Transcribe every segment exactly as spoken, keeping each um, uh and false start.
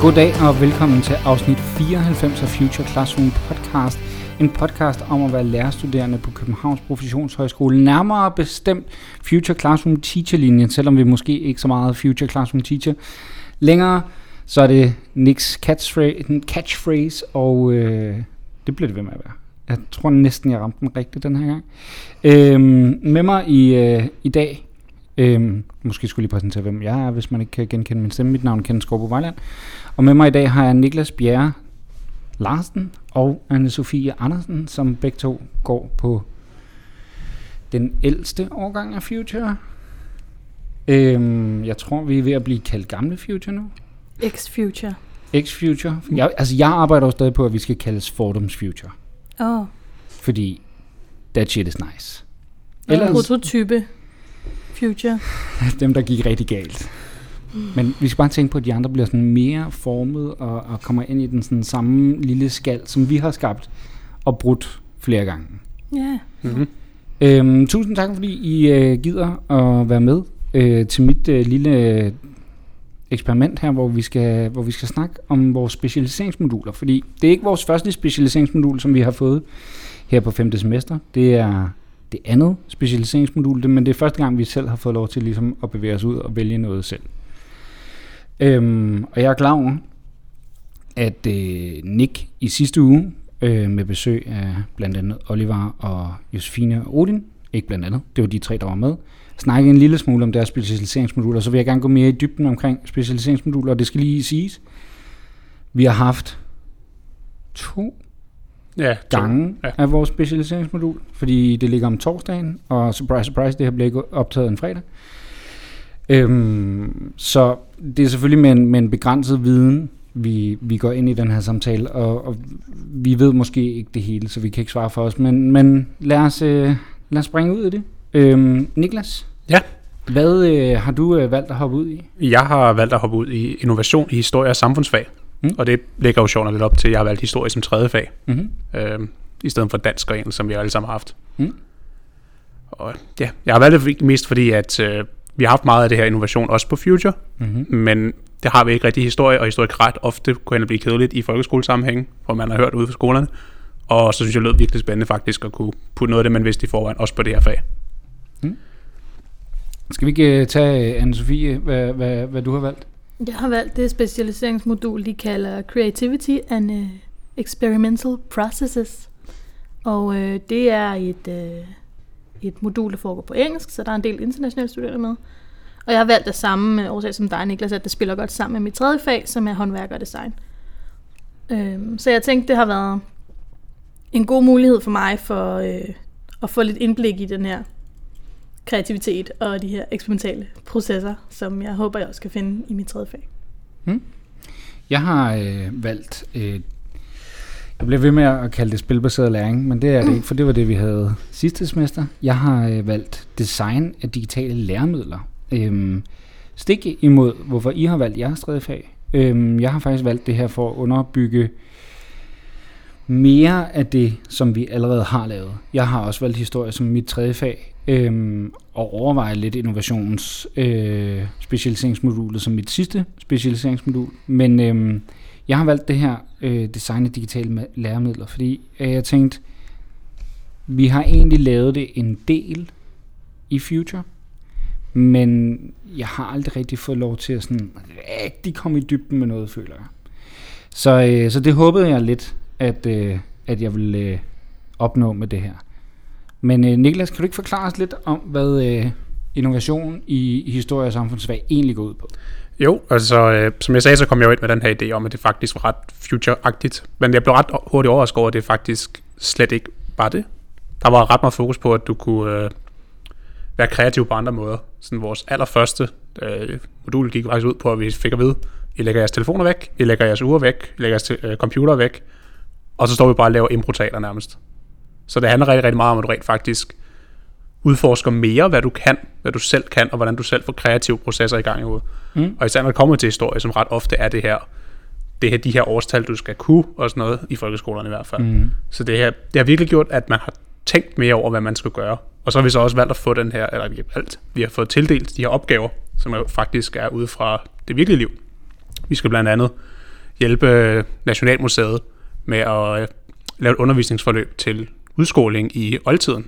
Goddag og velkommen til afsnit fireoghalvfems af Future Classroom podcast. En podcast om at være lærerstuderende på Københavns Professionshøjskole. Nærmere bestemt Future Classroom Teacher-linjen, selvom vi måske ikke så meget Future Classroom Teacher. Længere så er det Nicks catchphrase, catchphrase og øh, det bliver det ved med at være. Jeg tror næsten, jeg ramte den rigtigt den her gang. Øhm, med mig i, øh, i dag, øhm, måske skulle jeg lige præsentere, hvem jeg er, hvis man ikke kan genkende min stemme. Mit navn er Kenneth Skovbo Vejland. Og med mig i dag har jeg Niklas Bjerre Larsen og Anne-Sophie Andersen, som begge to går på den ældste årgang af Future. Øhm, jeg tror, vi er ved at blive kaldt gamle Future nu. X-Future. X-Future. Jeg, altså, jeg arbejder jo stadig på, at vi skal kaldes Fordums Future. Åh. Oh. Fordi that shit is nice. Ellers prototype Future. Dem, der gik rigtig galt. Mm. Men vi skal bare tænke på, at de andre bliver sådan mere formet og, og kommer ind i den sådan samme lille skal, som vi har skabt og brudt flere gange. Ja. Yeah. Mm-hmm. Øhm, tusind tak, fordi I øh, gider at være med øh, til mit øh, lille eksperiment her, hvor vi skal hvor vi skal snakke om vores specialiseringsmoduler, fordi det er ikke vores første specialiseringsmodul, som vi har fået her på femte semester. Det er det andet specialiseringsmodul, men det er første gang, vi selv har fået lov til ligesom at bevæge os ud og vælge noget selv. Øhm, og jeg er klar over, at øh, Nick i sidste uge øh, med besøg af blandt andet Oliver og Josefine og Odin, ikke blandt andet, det var de tre, der var med, snakke en lille smule om deres specialiseringsmoduler, så vil jeg gerne gå mere i dybden omkring specialiseringsmoduler, og det skal lige siges. Vi har haft to, ja, to. gange ja. af vores specialiseringsmodul, fordi det ligger om torsdagen, og surprise, surprise, det her bliver ikke optaget en fredag. Øhm, så det er selvfølgelig med en, med en begrænset viden, vi, vi går ind i den her samtale, og, og vi ved måske ikke det hele, så vi kan ikke svare for os, men, men lad, os, øh, lad os springe ud i det. Øhm, Niklas? Ja? Hvad øh, har du øh, valgt at hoppe ud i? Jeg har valgt at hoppe ud i innovation i historie og samfundsfag, mm. og det ligger jo sjovt lidt op til, at jeg har valgt historie som tredje fag, mm-hmm. øhm, i stedet for dansk og engelsk, som vi alle sammen har haft. Mm. Og ja, jeg har valgt det mest fordi, at øh, vi har haft meget af det her innovation også på Future, mm-hmm. men det har vi ikke rigtig historie, og historie ret ofte kunne blive kedeligt i folkeskolesammenhæng, hvor man har hørt ude fra skolerne. Og så synes jeg, det lød virkelig spændende faktisk at kunne putte noget af det, man vidste i forvejen, også på det her fag. Mm. Skal vi ikke tage, Anne-Sophie, hvad, hvad, hvad du har valgt? Jeg har valgt det specialiseringsmodul, de kalder Creativity and uh, Experimental Processes. Og øh, det er et, øh, et modul, der foregår på engelsk, så der er en del internationale studerende med. Og jeg har valgt det samme årsag som dig, Niklas, at det spiller godt sammen med mit tredje fag, som er håndværk og design. Øhm, så jeg tænkte, det har været en god mulighed for mig for øh, at få lidt indblik i den her kreativitet og de her eksperimentale processer, som jeg håber, jeg også kan finde i mit tredje fag. Hmm. Jeg har øh, valgt, øh, jeg bliver ved med at kalde det spilbaseret læring, men det er det ikke, for det var det, vi havde sidste semester. Jeg har øh, valgt design af digitale læremidler. Øhm, stik imod, hvorfor I har valgt jeres tredje fag. Øhm, jeg har faktisk valgt det her for at underbygge mere af det, som vi allerede har lavet. Jeg har også valgt historie som mit tredje fag, øhm, og overveje lidt innovations øh, specialiseringsmodulet som mit sidste specialiseringsmodul. Men øhm, jeg har valgt det her øh, design af digitale læremidler, fordi øh, jeg tænkte, vi har egentlig lavet det en del i Future, men jeg har aldrig rigtig fået lov til at sådan rigtig komme i dybden med noget, føler jeg. Så, øh, så det håbede jeg lidt, at, øh, at jeg ville øh, opnå med det her. Men øh, Niklas, kan du ikke forklare os lidt om, hvad øh, innovation i, i historie og samfundsfag egentlig går ud på? Jo, altså øh, som jeg sagde, så kom jeg jo ind med den her idé om, at det faktisk var ret future-agtigt. Men jeg blev ret hurtigt overrasket over, at det faktisk slet ikke var det. Der var ret meget fokus på, at du kunne øh, være kreativ på andre måder. Sådan vores allerførste øh, modul gik faktisk ud på, at vi fik at vide, I lægger jeres telefoner væk, I lægger jeres ure væk, I lægger jeres te- øh, computer væk, og så står vi bare og laver improteater nærmest. Så det handler rigtig, rigtig meget om, at du rent faktisk udforsker mere, hvad du kan, hvad du selv kan, og hvordan du selv får kreative processer i gang i hovedet. Mm. Og især når det kommer til historie, som ret ofte er det her, det her, de her årstal, du skal kunne, og sådan noget, i folkeskolerne i hvert fald. Mm. Så det, her, det har virkelig gjort, at man har tænkt mere over, hvad man skal gøre. Og så har vi så også valgt at få den her, eller vi har valgt, vi har fået tildelt de her opgaver, som jo faktisk er ude fra det virkelige liv. Vi skal blandt andet hjælpe Nationalmuseet med at øh, lave et undervisningsforløb til udskoling i oldtiden.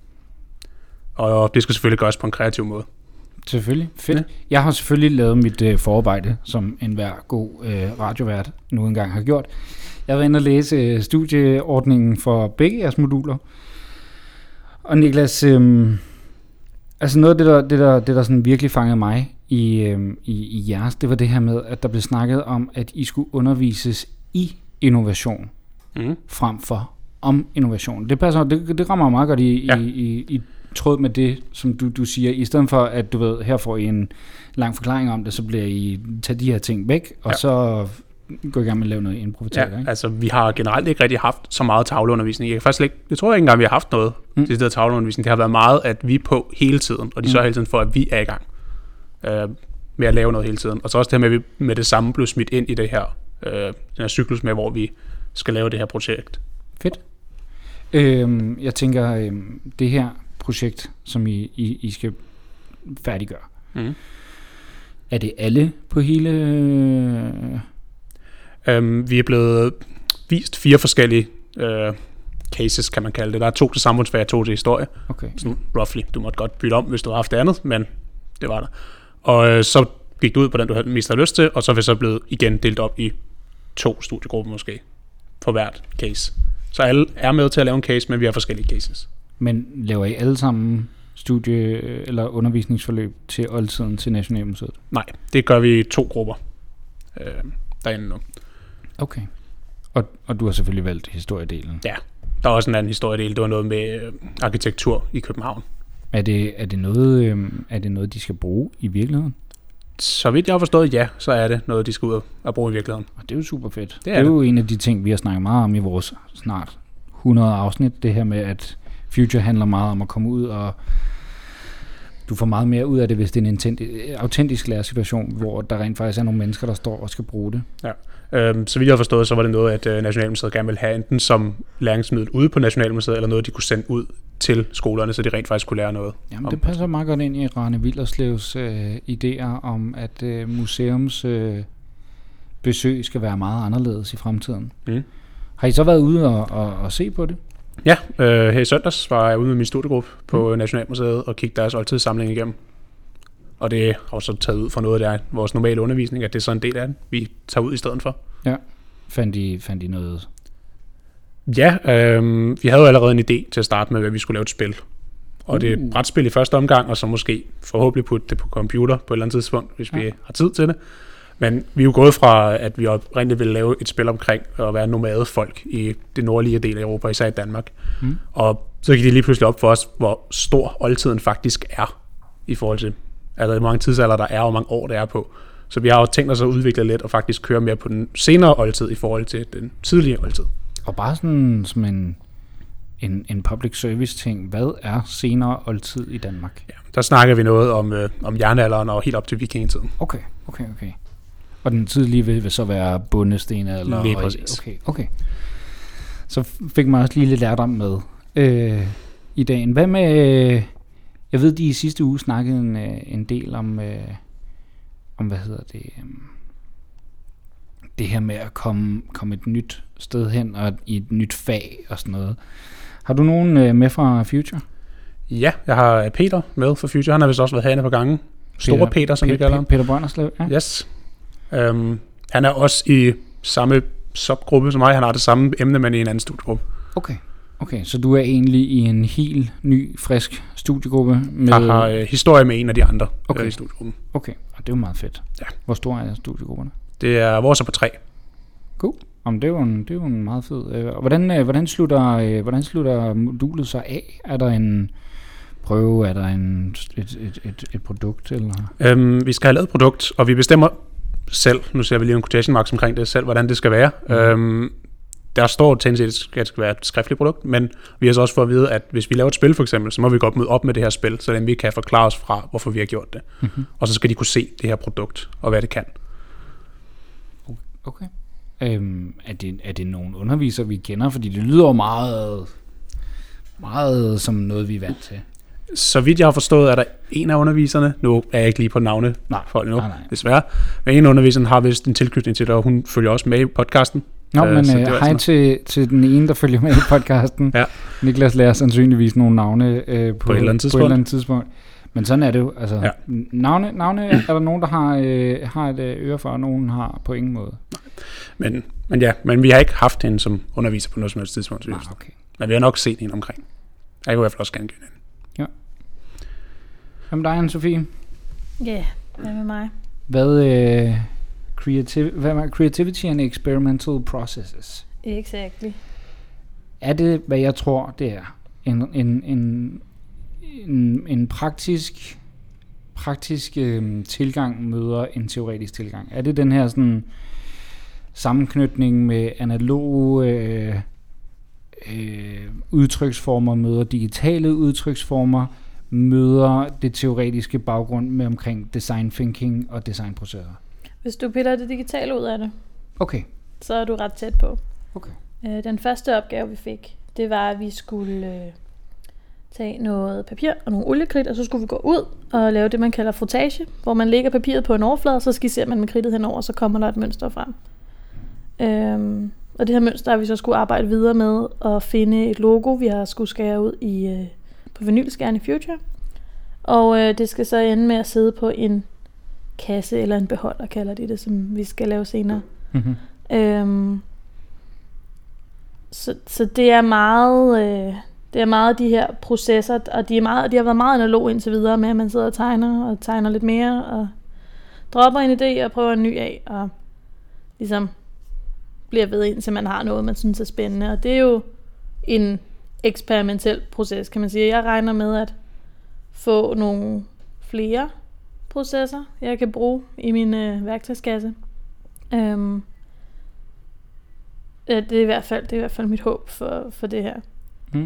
Og det skal selvfølgelig gøres på en kreativ måde. Selvfølgelig. Fedt. Ja. Jeg har selvfølgelig lavet mit øh, forarbejde, som enhver god øh, radiovært nu engang har gjort. Jeg har været inde og læse øh, studieordningen for begge jeres moduler. Og Niklas, øh, altså noget af det, der, det der, det der sådan virkelig fangede mig i, øh, i, i jeres, det var det her med, at der blev snakket om, at I skulle undervises i innovation, mm. frem for om innovation. Det passer, det, det rammer meget godt i, ja. i, i, i tråd med det, som du, du siger. I stedet for, at du ved, her får I en lang forklaring om det, så bliver I tage de her ting væk, og ja. så gå i gang med at lave noget improviseret. Ja, ikke? altså vi har generelt ikke rigtig haft så meget tavleundervisning. Jeg kan faktisk ikke, jeg tror ikke engang, vi har haft noget mm. til det tavleundervisning. Det har været meget, at vi er på hele tiden, og de mm. så hele tiden for, at vi er i gang øh, med at lave noget hele tiden. Og så også det her med, at vi med det samme blev smidt ind i det her, øh, den her cyklus med, hvor vi skal lave det her projekt. Fedt. Øhm, jeg tænker, øhm, det her projekt, som I, I, I skal færdiggøre, mm. er det alle på hele... Øh... Um, vi er blevet vist fire forskellige uh, cases, kan man kalde det. Der er to til samfundsfag og to til historie. Okay. Sådan roughly. Du måtte godt bytte om, hvis du havde haft det andet, men det var der. Og uh, så gik du ud på den, du havde mest havde lyst til, og så er vi så blevet igen delt op i to studiegrupper måske, for hvert case. Så alle er med til at lave en case, men vi har forskellige cases. Men laver I alle sammen studie- eller undervisningsforløb til oldtiden til Nationalmuseet? Nej, det gør vi i to grupper øh, derinde nu. Okay. Og, og du har selvfølgelig valgt historiedelen? Ja, der er også en anden historiedel. Det var noget med øh, arkitektur i København. Er det, er, det noget, øh, er det noget, de skal bruge i virkeligheden? Så vidt jeg har forstået, ja, så er det noget, de skal ud og bruge i virkeligheden. Og det er jo super fedt. Det er, det er det. jo en af de ting, vi har snakket meget om i vores snart hundrede afsnit. Det her med, at Future handler meget om at komme ud, og du får meget mere ud af det, hvis det er en autentisk lærersituation, hvor der rent faktisk er nogle mennesker, der står og skal bruge det. Ja. Øhm, så vidt jeg har forstået, så var det noget, at øh, Nationalmuseet gerne ville have enten som læringsmiddel ude på Nationalmuseet, eller noget, de kunne sende ud til skolerne, så de rent faktisk kunne lære noget. Jamen, det passer meget godt ind i Rane Wilderslevs øh, idéer om, at øh, museums øh, besøg skal være meget anderledes i fremtiden. Mm. Har I så været ude og, og, og se på det? Ja, øh, her i søndags var jeg ude med min studiegruppe på mm. Nationalmuseet og kiggede deres oldtidssamling igennem. Og det har også taget ud fra noget af vores normale undervisning, at det er så en del af det, vi tager ud i stedet for. Ja, fandt I, fandt I noget? Ja, øh, vi havde jo allerede en idé til at starte med, at vi skulle lave et spil. Og uh. det er et brætspil i første omgang, og så måske forhåbentlig putte det på computer på et eller andet tidspunkt, hvis ja. vi har tid til det. Men vi er jo gået fra, at vi oprindeligt ville lave et spil omkring at være nomadefolk i det nordlige del af Europa, især i Danmark. Mm. Og så gik det lige pludselig op for os, hvor stor oldtiden faktisk er i forhold til, altså hvor mange tidsalder der er, og hvor mange år der er på. Så vi har jo tænkt os at udvikle lidt og faktisk køre mere på den senere oldtid i forhold til den tidlige oldtid. Og bare sådan som en, en, en public service ting, hvad er senere oldtid i Danmark? Ja, der snakker vi noget om, øh, om jernalderen og helt op til vikingetiden. Okay, okay, okay. Og den tidlige vil, vil så være bondesten eller... Lige præcis. Okay, okay. Så fik man også lige lidt lærdom med øh, i dagen. Hvad med... Øh, jeg ved, de i sidste uge snakkede en, øh, en del om... Øh, om, hvad hedder det... Øh, det her med at komme, komme et nyt sted hen og i et nyt fag og sådan noget. Har du nogen øh, med fra Future? Ja, jeg har Peter med fra Future. Han har vist også været herinde på gangen. Store Peter, Peter som Peter, vi kalder ham. Peter Brønderslev, ja. Yes. Um, han er også i samme subgruppe som mig. Han har det samme emne, men i en anden studiegruppe. Okay, okay. Så du er egentlig i en helt ny, frisk studiegruppe? Med... Jeg har øh, historie med en af de andre okay. øh, i studiegruppen. Okay, og det er jo meget fedt. Ja. Hvor stor er studiegrupperne? Det er vores er på tre. Cool. Jamen, det er jo en, det er jo en meget fed. Og hvordan, hvordan, slutter, hvordan slutter modulet så af? Er der en prøve? Er der en, et, et, et, et produkt? Eller? Øhm, vi skal have lavet et produkt, og vi bestemmer selv, nu ser vi lige en quotation marks omkring det selv, hvordan det skal være. Mm. Øhm, der står til, at det skal være et skriftligt produkt, men vi har så også fået at vide, at hvis vi laver et spil for eksempel, så må vi godt møde op med det her spil, så vi kan forklare os fra, hvorfor vi har gjort det. Mm-hmm. Og så skal de kunne se det her produkt, og hvad det kan. Okay. Øhm, er, det, er det nogle undervisere, vi kender? Fordi det lyder jo meget, meget som noget, vi er vant til. så vidt jeg har forstået, er der en af underviserne, nu er jeg ikke lige på navne Nej, for nu, nej, nej. desværre, men en af underviserne har vist en tilknytning til det, og hun følger også med i podcasten. Nå, Øh, men så øh, det var hej sådan- til, til den ene, der følger med i podcasten. Ja. Niklas lærer sandsynligvis nogle navne øh, på, På et eller andet på et tidspunkt. eller andet tidspunkt. Men sådan er det jo. Altså, Ja. navne, navne er der nogen, der har, øh, har et øh, øre for, og nogen har på ingen måde. Men, men ja, men vi har ikke haft hende som underviser på noget som helst tidspunkt. Ah, Ah, okay. Men vi har nok set hende omkring. Jeg kunne i hvert fald også gerne kende hende. Hvad med dig, Anne-Sophie? Ja, yeah, hvad med mig? Hvad, øh, creativ- hvad er creativity and experimental processes? Exactly. Er det, hvad jeg tror, det er? En, en, en, en, en praktisk, praktisk øh, tilgang møder en teoretisk tilgang? Er det den her sådan sammenknytning med analoge øh, øh, udtryksformer møder digitale udtryksformer, møder det teoretiske baggrund med omkring design thinking og designprocesser? Hvis du piller det digitale ud af det, Okay. så er du ret tæt på. Okay. Øh, Den første opgave, vi fik, det var, at vi skulle øh, tage noget papir og nogle oliekridt, og så skulle vi gå ud og lave det, man kalder frotage, hvor man lægger papiret på en overflade, og så skitserer man med kridtet henover, og så kommer der et mønster frem. Øhm, og det her mønster har vi så skulle arbejde videre med at finde et logo, vi har skulle skære ud i, øh, på vinylskæreren i Future. Og øh, det skal så ende med at sidde på en kasse eller en beholder, kalder de det, som vi skal lave senere. Mm-hmm. Øhm, så, så det er meget øh, det er meget de her processer, og de, er meget, de har været meget analog indtil videre med, at man sidder og tegner og tegner lidt mere og dropper en idé og prøver en ny af og ligesom bliver ved indtil man har noget, man synes er spændende. Og det er jo en eksperimentel proces, kan man sige. Jeg regner med at få nogle flere processer, jeg kan bruge i min øh, værktøjskasse. Øhm, Ja, det er i hvert fald det er i hvert fald mit håb for, for det her. Mm.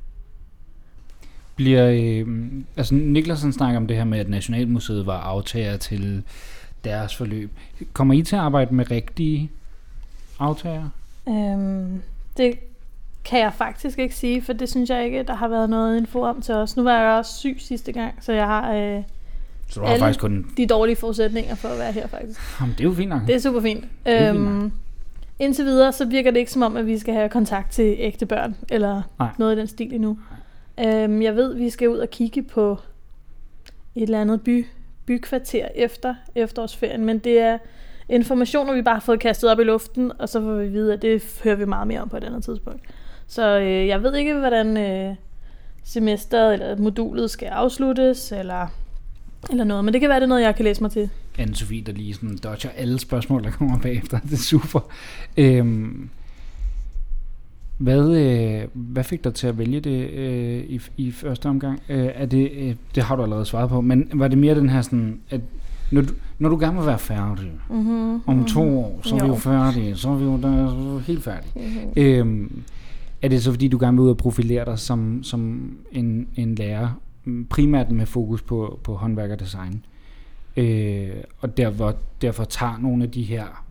Bliver øh, altså Niklas han snakker om det her med at Nationalmuseet var aftager til deres forløb. Kommer I til at arbejde med rigtige aftager? Øhm, det kan jeg faktisk ikke sige, for det synes jeg ikke, der har været noget info om til os. Nu var jeg også syg sidste gang, så jeg har øh, Så du har alle faktisk kun... de dårlige forudsætninger for at være her faktisk. Jamen, det er jo fint nok. Det er super fint. er fint nok. Øhm, indtil videre, så virker det ikke som om, at vi skal have kontakt til ægte børn, eller Nej. noget i den stil endnu. Øhm, jeg ved, vi skal ud og kigge på et eller andet by, bykvarter efter efterårsferien, men det er informationer, vi bare har fået kastet op i luften, og så får vi vide, at det hører vi meget mere om på et andet tidspunkt. Så øh, jeg ved ikke, hvordan øh, semesteret eller modulet skal afsluttes, eller, eller noget, men det kan være, det er noget, jeg kan læse mig til. Anne-Sophie, der lige sådan dodger alle spørgsmål, der kommer bagefter. Det er super. Øhm, hvad, øh, hvad fik dig til at vælge det øh, i, i første omgang? Øh, er det, øh, det har du allerede svaret på, men var det mere den her sådan, at når du, når du gerne vil være færdig, Mm-hmm, om to år, så er vi jo Jo. færdige, så er vi jo der, helt færdige. Mm-hmm. Øhm, er det så fordi, du gerne vil ud og profilere dig som, som en, en lærer, primært med fokus på, på håndværk og design? Øh, og derfor, derfor tager nogle af de her,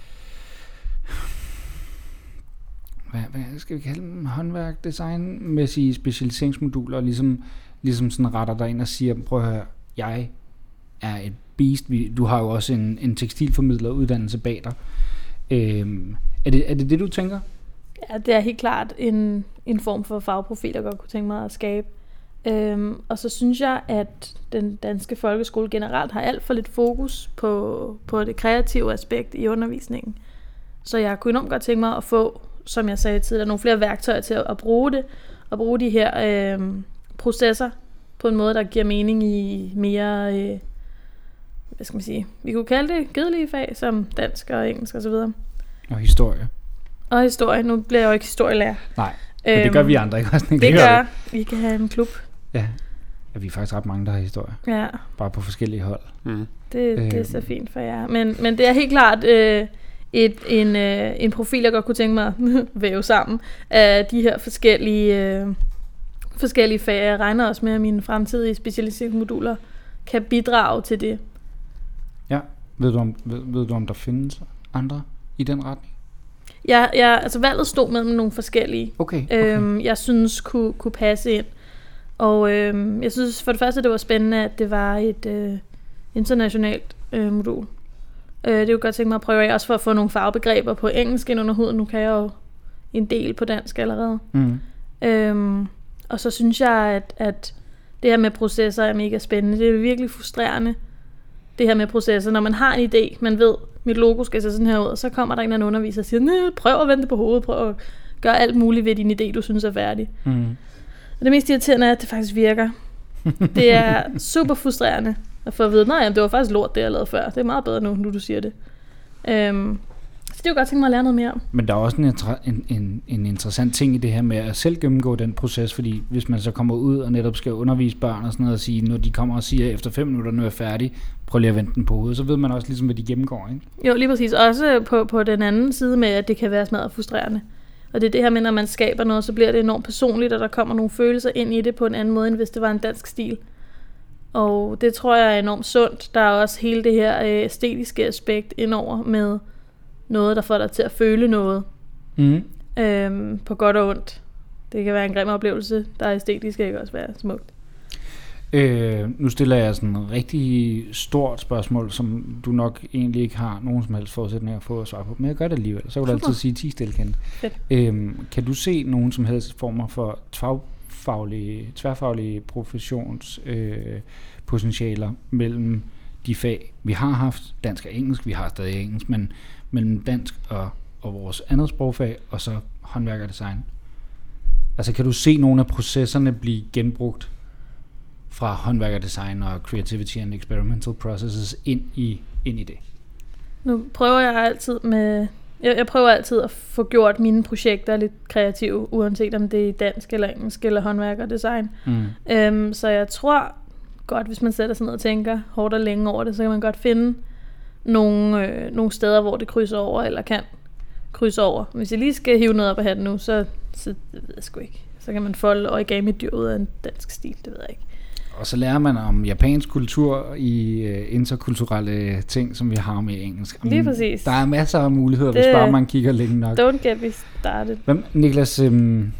hvad, hvad skal vi kalde dem, håndværk, designmæssige specialiseringsmoduler, og ligesom, ligesom sådan retter dig ind og siger, prøv at høre, jeg er et beast. Vi, du har jo også en, en tekstilformidler uddannelse bag dig. Øh, er, det, er det det, du tænker? Ja, det er helt klart en, en form for fagprofil, jeg godt kunne tænke mig at skabe. Øhm, og så synes jeg, at den danske folkeskole generelt har alt for lidt fokus på, på det kreative aspekt i undervisningen. Så jeg kunne enormt godt tænke mig at få, som jeg sagde tidligere, nogle flere værktøjer til at, at bruge det, og bruge de her øhm, processer på en måde, der giver mening i mere, øh, hvad skal man sige, vi kunne kalde det kedelige fag, som dansk og engelsk osv. Og historie. Og historie. Nu bliver jeg jo ikke historielærer. Nej, men det gør vi andre ikke også. Det gør vi. kan have en klub. Ja. Ja, vi er faktisk ret mange, der har historie. Ja, Bare på forskellige hold. Mm. det, det er Øhm. så fint for jer. Men, men det er helt klart øh, et, en, øh, en profil, jeg godt kunne tænke mig at væve sammen af de her forskellige, øh, forskellige fag. Jeg regner også med, at mine fremtidige specialiseringsmoduler kan bidrage til det. Ja. Ved du, om, ved, ved du, om der findes andre i den retning? Jeg, jeg, altså valget stod mellem nogle forskellige, Okay. okay. øhm, jeg synes kunne, kunne passe ind. Og øh, jeg synes for det første, det var spændende, at det var et øh, internationalt øh, modul. Øh, det er jo godt tænke mig at prøve af, også for at få nogle fagbegreber på engelsk ind under huden. Nu kan jeg jo en del på dansk allerede. Mm. Øhm, og så synes jeg, at, at det her med processer er mega spændende. Det er virkelig frustrerende, det her med processer. Når man har en idé, man ved, mit logo skal se sådan her ud, og så kommer der en eller anden underviser og siger, prøv at vende det på hovedet, prøv at gøre alt muligt ved din idé, du synes er færdig. Mm. Og det mest irriterende er, at det faktisk virker. Det er super frustrerende at få at vide, nej, det var faktisk lort, det jeg lavede før. Det er meget bedre nu, nu du siger det. Øhm, så det er jo godt tænkt mig at lære noget mere om. Men der er også en, en, en, en interessant ting i det her med at selv gennemgå den proces, fordi hvis man så kommer ud og netop skal undervise børn og sådan noget, og sige, når de kommer og siger, efter fem minutter, nu er jeg færdig, prøv lige at vende den på hovedet, så ved man også ligesom, hvad de gennemgår, ikke? Jo, lige præcis. Også på, på den anden side med, at det kan være smadret frustrerende. Og det er det her med, når man skaber noget, så bliver det enormt personligt, og der kommer nogle følelser ind i det på en anden måde, end hvis det var en dansk stil. Og det tror jeg er enormt sundt. Der er også hele det her æstetiske aspekt indover med noget, der får dig til at føle noget. Mm. Øhm, på godt og ondt. Det kan være en grim oplevelse, der er æstetisk, kan også være smukt. Øh, nu stiller jeg sådan et rigtig stort spørgsmål, som du nok egentlig ikke har nogen som helst forudsætninger for at svare på, men jeg gør det alligevel. Så kan du altid sige ti stillekendt. Øh, kan du se nogen som helst former for tværfaglige, tværfaglige professionspotentialer øh, mellem de fag, vi har haft, dansk og engelsk, vi har stadig engelsk, men mellem dansk og, og vores andet sprogfag, og så håndværk og design? Altså kan du se nogle af processerne blive genbrugt fra håndværk og design og creativity and experimental processes ind i, ind i det? Nu prøver jeg altid med, jeg, jeg prøver altid at få gjort mine projekter lidt kreative, uanset om det er dansk eller engelsk eller håndværk og design. Mm. Øhm, så jeg tror godt, hvis man sætter sig ned og tænker hårdt og længe over det, så kan man godt finde nogle, øh, nogle steder, hvor det krydser over, eller kan krydse over. Hvis jeg lige skal hive noget op af hatten nu, så, så det ved jeg sgu ikke. Så kan man folde origami-dyr ud af en dansk stil, det ved jeg ikke. Og så lærer man om japansk kultur i uh, interkulturelle ting, som vi har med engelsk. Lige præcis. Der er masser af muligheder, det, hvis bare man kigger længe nok. Don't get me started. Hvem, Niklas, øhm,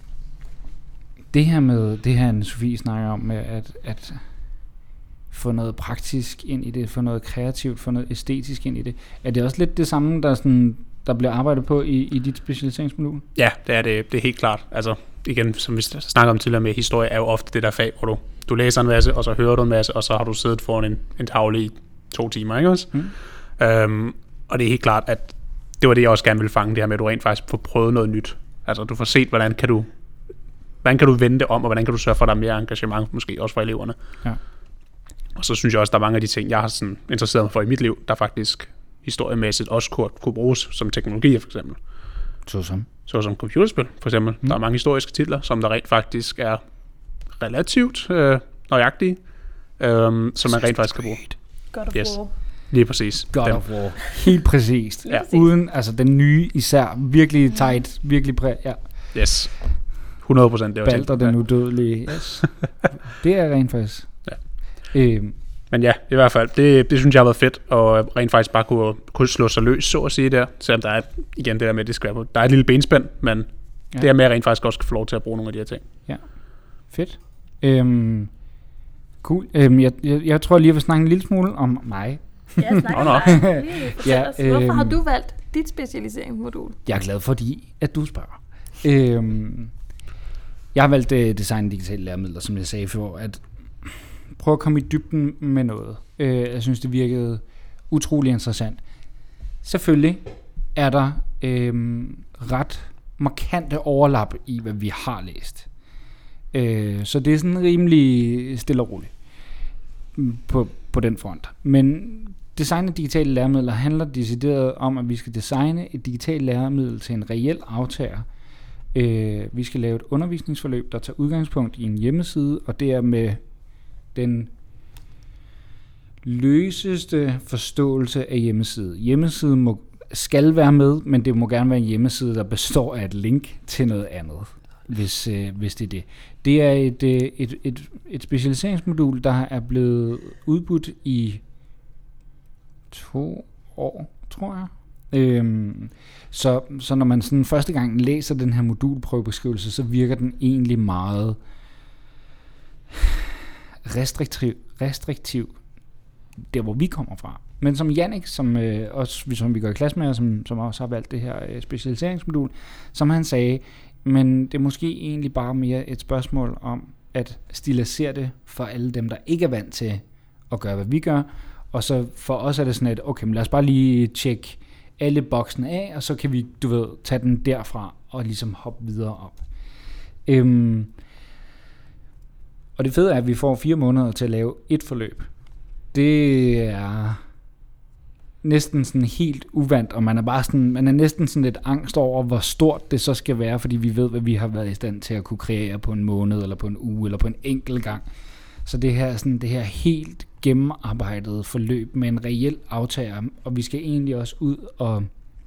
det her med, det her Sofie snakker om, med at, at få noget praktisk ind i det, få noget kreativt, få noget æstetisk ind i det, er det også lidt det samme, der, sådan, der bliver arbejdet på i, i dit specialiseringsmodul? Ja, det er det, det er helt klart. Altså igen, som vi snakker om tidligere med historie, er jo ofte det der fag, hvor du Du læser en masse, og så hører du en masse, og så har du siddet foran en, en tavle i to timer, ikke også? Mm. Øhm, og det er helt klart, at det var det, jeg også gerne ville fange, det her med, at du rent faktisk får prøvet noget nyt. Altså, du får set, hvordan kan du, hvordan kan du vende det om, og hvordan kan du sørge for, at der er mere engagement, måske også for eleverne. Ja. Og så synes jeg også, der er mange af de ting, jeg har sådan interesseret mig for i mit liv, der faktisk historiemæssigt også kunne, kunne bruges som teknologier, for eksempel. Så som? Så som computerspil, for eksempel. Mm. Der er mange historiske titler, som der rent faktisk er relativt øh, nøjagtige, øh, som man rent faktisk kan bruge. God of yes. War. Lige præcis. God of War. Helt præcist. Ja. Uden, altså den nye især, virkelig tight, virkelig præ... Ja. Yes. hundrede procent det var Balder den udødelige. Yes. Det er rent faktisk. Ja. Øhm. Men ja, i hvert fald, det, det synes jeg har været fedt, og rent faktisk bare kunne, kunne slå sig løs, så at sige der, selvom der er, igen det der med, det skal være, der er et lille benspænd, men ja. Det er med, at rent faktisk også skal få lov til at bruge nogle af de her ting. Ja. Fedt. Øhm, cool. Øhm, jeg, jeg, jeg tror lige, jeg vil snakke en lille smule om mig. Ja, snak om dig. Ja, øhm, Hvorfor har du valgt dit specialiseringsmodul? Jeg er glad fordi, at du spørger. Øhm, jeg har valgt uh, design digitale læremidler, som jeg sagde før, at prøve at komme i dybden med noget. Uh, jeg synes, det virkede utrolig interessant. Selvfølgelig er der øhm, ret markante overlap i, hvad vi har læst. Så det er sådan rimelig stille og roligt på, på den front. Men design af digitale læremidler handler decideret om, at vi skal designe et digitalt læremiddel til en reel aftager. Vi skal lave et undervisningsforløb, der tager udgangspunkt i en hjemmeside, og det er med den løseste forståelse af hjemmeside. Hjemmesiden må, skal være med, men det må gerne være en hjemmeside, der består af et link til noget andet. Hvis, øh, hvis det er det. Det er et, øh, et, et, et specialiseringsmodul, der er blevet udbudt i to år, tror jeg. Øhm, så, så når man sådan første gang læser den her modulprøvebeskrivelse, så virker den egentlig meget restriktiv, restriktiv der, hvor vi kommer fra. Men som Jannik, som, øh, også, som vi går i klasse med, og som, som også har valgt det her øh, specialiseringsmodul, som han sagde, men det er måske egentlig bare mere et spørgsmål om at stilisere det for alle dem, der ikke er vant til at gøre, hvad vi gør. Og så for os er det sådan et, okay, men lad os bare lige tjekke alle boksene af, og så kan vi, du ved, tage den derfra og ligesom hoppe videre op. Øhm, og det fede er, at vi får fire måneder til at lave et forløb. Det er næsten sådan helt uvandt, og man er bare sådan, man er næsten sådan lidt angst over, hvor stort det så skal være, fordi vi ved, hvad vi har været i stand til at kunne kreere på en måned, eller på en uge, eller på en enkelt gang. Så det her, sådan, det her helt gennemarbejdede forløb med en reel aftager, og vi skal egentlig også ud og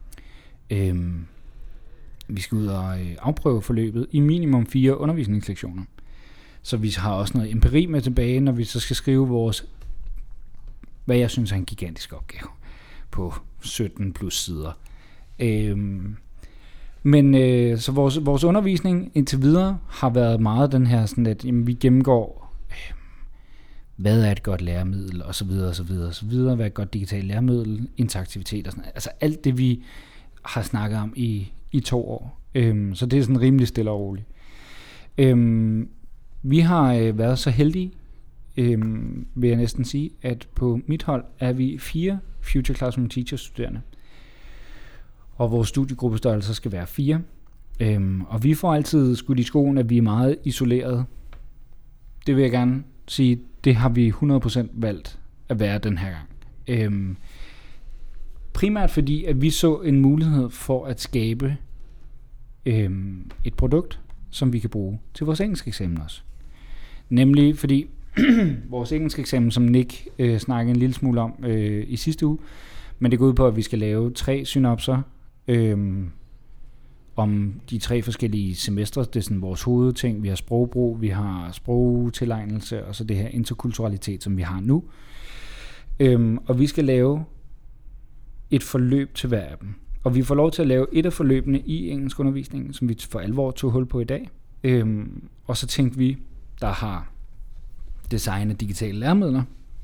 øhm, vi skal ud og øh, afprøve forløbet i minimum fire undervisningslektioner. Så vi har også noget empiri med tilbage, når vi så skal skrive vores, hvad jeg synes er en gigantisk opgave på sytten plus sider. Øhm, men øh, så vores, vores undervisning indtil videre har været meget den her sådan, at jamen, vi gennemgår øh, hvad er et godt læremiddel, og så videre, og så videre, og så videre, hvad er et godt digitalt læremiddel, interaktivitet og sådan noget. Altså alt det, vi har snakket om i, i to år. Øhm, så det er sådan rimelig stille og roligt. Øhm, vi har øh, været så heldige, øhm, vil jeg næsten sige, at på mit hold er vi fire Future Classroom Teachers studerende. Og vores studiegruppestørrelse skal være fire. Øhm, og vi får altid skudt i skoen, at vi er meget isoleret. Det vil jeg gerne sige, det har vi hundrede procent valgt at være den her gang. Øhm, primært fordi, at vi så en mulighed for at skabe øhm, et produkt, som vi kan bruge til vores engelsk eksamen også. Nemlig fordi vores engelsk eksamen, som Nick øh, snakkede en lille smule om øh, i sidste uge, men det går ud på, at vi skal lave tre synopser øh, om de tre forskellige semestre. Det er sådan vores hovedting. Vi har sprogbrug, vi har sprogtilegnelse, og så det her interkulturalitet, som vi har nu. Øh, og vi skal lave et forløb til hver af dem. Og vi får lov til at lave et af forløbene i engelskundervisningen, som vi for alvor tog hul på i dag. Øh, og så tænkte vi, der har designet digitale læremidler.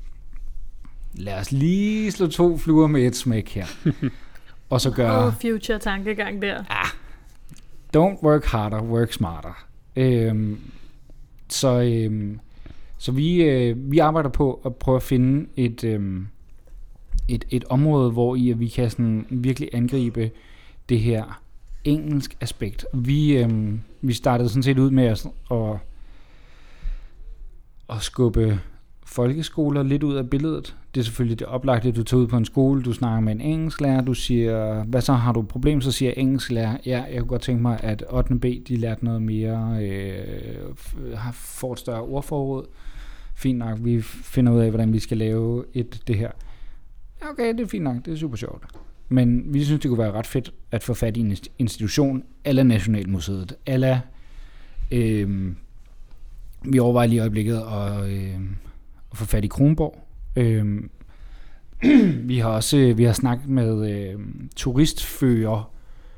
Lad os lige slå to fluer med et smæk her. Og så gøre... Oh, future tankegang der. Ah, don't work harder, work smarter. Øhm, så øhm, så vi, øh, vi arbejder på at prøve at finde et, øhm, et, et område, hvor i, at vi kan sådan virkelig angribe det her engelsk aspekt. Vi, øhm, vi startede sådan set ud med at... at at skubbe folkeskoler lidt ud af billedet. Det er selvfølgelig det oplagte, du tager ud på en skole, du snakker med en engelsklærer, du siger, hvad så, har du et problem? Så siger engelsklærer, ja, jeg kunne godt tænke mig, at ottende B, de lærte noget mere, øh, får et større ordforråd. Fint nok, vi finder ud af, hvordan vi skal lave et det her. Ja, okay, det er fint nok, det er super sjovt. Men vi synes, det kunne være ret fedt at få fat i en institution, eller Nationalmuseet, eller øh, vi overvejer lige i øjeblikket at, øh, at få fat i Kronborg. Øh, vi har også vi har snakket med øh, turistfører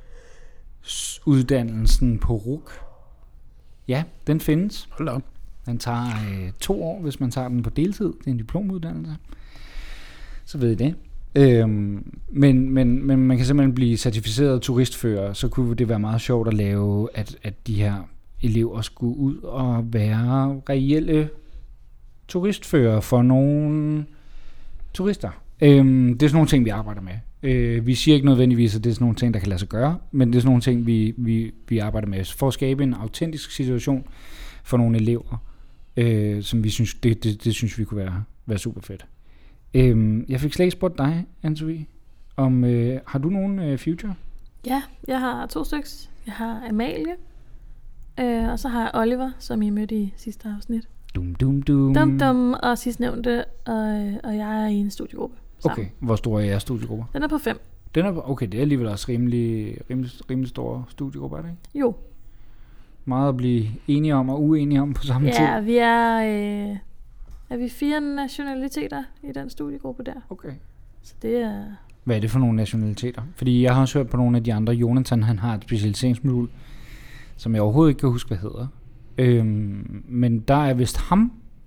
uddannelsen på R U C. Ja, den findes. Hold op. Den tager øh, to år, hvis man tager den på deltid. Det er en diplomuddannelse. Så ved I det. Øhm, men, men, men man kan simpelthen blive certificeret turistfører, så kunne det være meget sjovt at lave, at, at de her elever skulle ud og være reelle turistfører for nogle turister. Øhm, det er sådan nogle ting, vi arbejder med. Øh, vi siger ikke nødvendigvis, at det er sådan nogle ting, der kan lade sig gøre, men det er sådan nogle ting, vi, vi, vi arbejder med for at skabe en autentisk situation for nogle elever, øh, som vi synes, det, det, det synes vi kunne være, være super fedt. Øhm, jeg fik slet ikke spurgt dig, Anne-Sophie, om øh, har du nogen øh, future? Ja, jeg har to stykker. Jeg har Amalie, øh, og så har jeg Oliver, som I mødte i sidste afsnit. Dum, dum, dum. Dum, dum, og sidstnævnte, og, og jeg er i en studiegruppe sammen. Okay, hvor stor er jeres studiegruppe? Den er på fem. Den er, okay, det er alligevel også rimelig, rimelig, rimelig stor studiegruppe, er det ikke? Jo. Meget at blive enige om og uenige om på samme tid. Ja, vi er, øh, er vi fire nationaliteter i den studiegruppe der. Okay. Så det er... Hvad er det for nogle nationaliteter? Fordi jeg har også hørt på nogle af de andre. Jonathan, han har et specialiseringsmodul, som jeg overhovedet ikke kan huske, hvad hedder. Øhm, men der er vist ham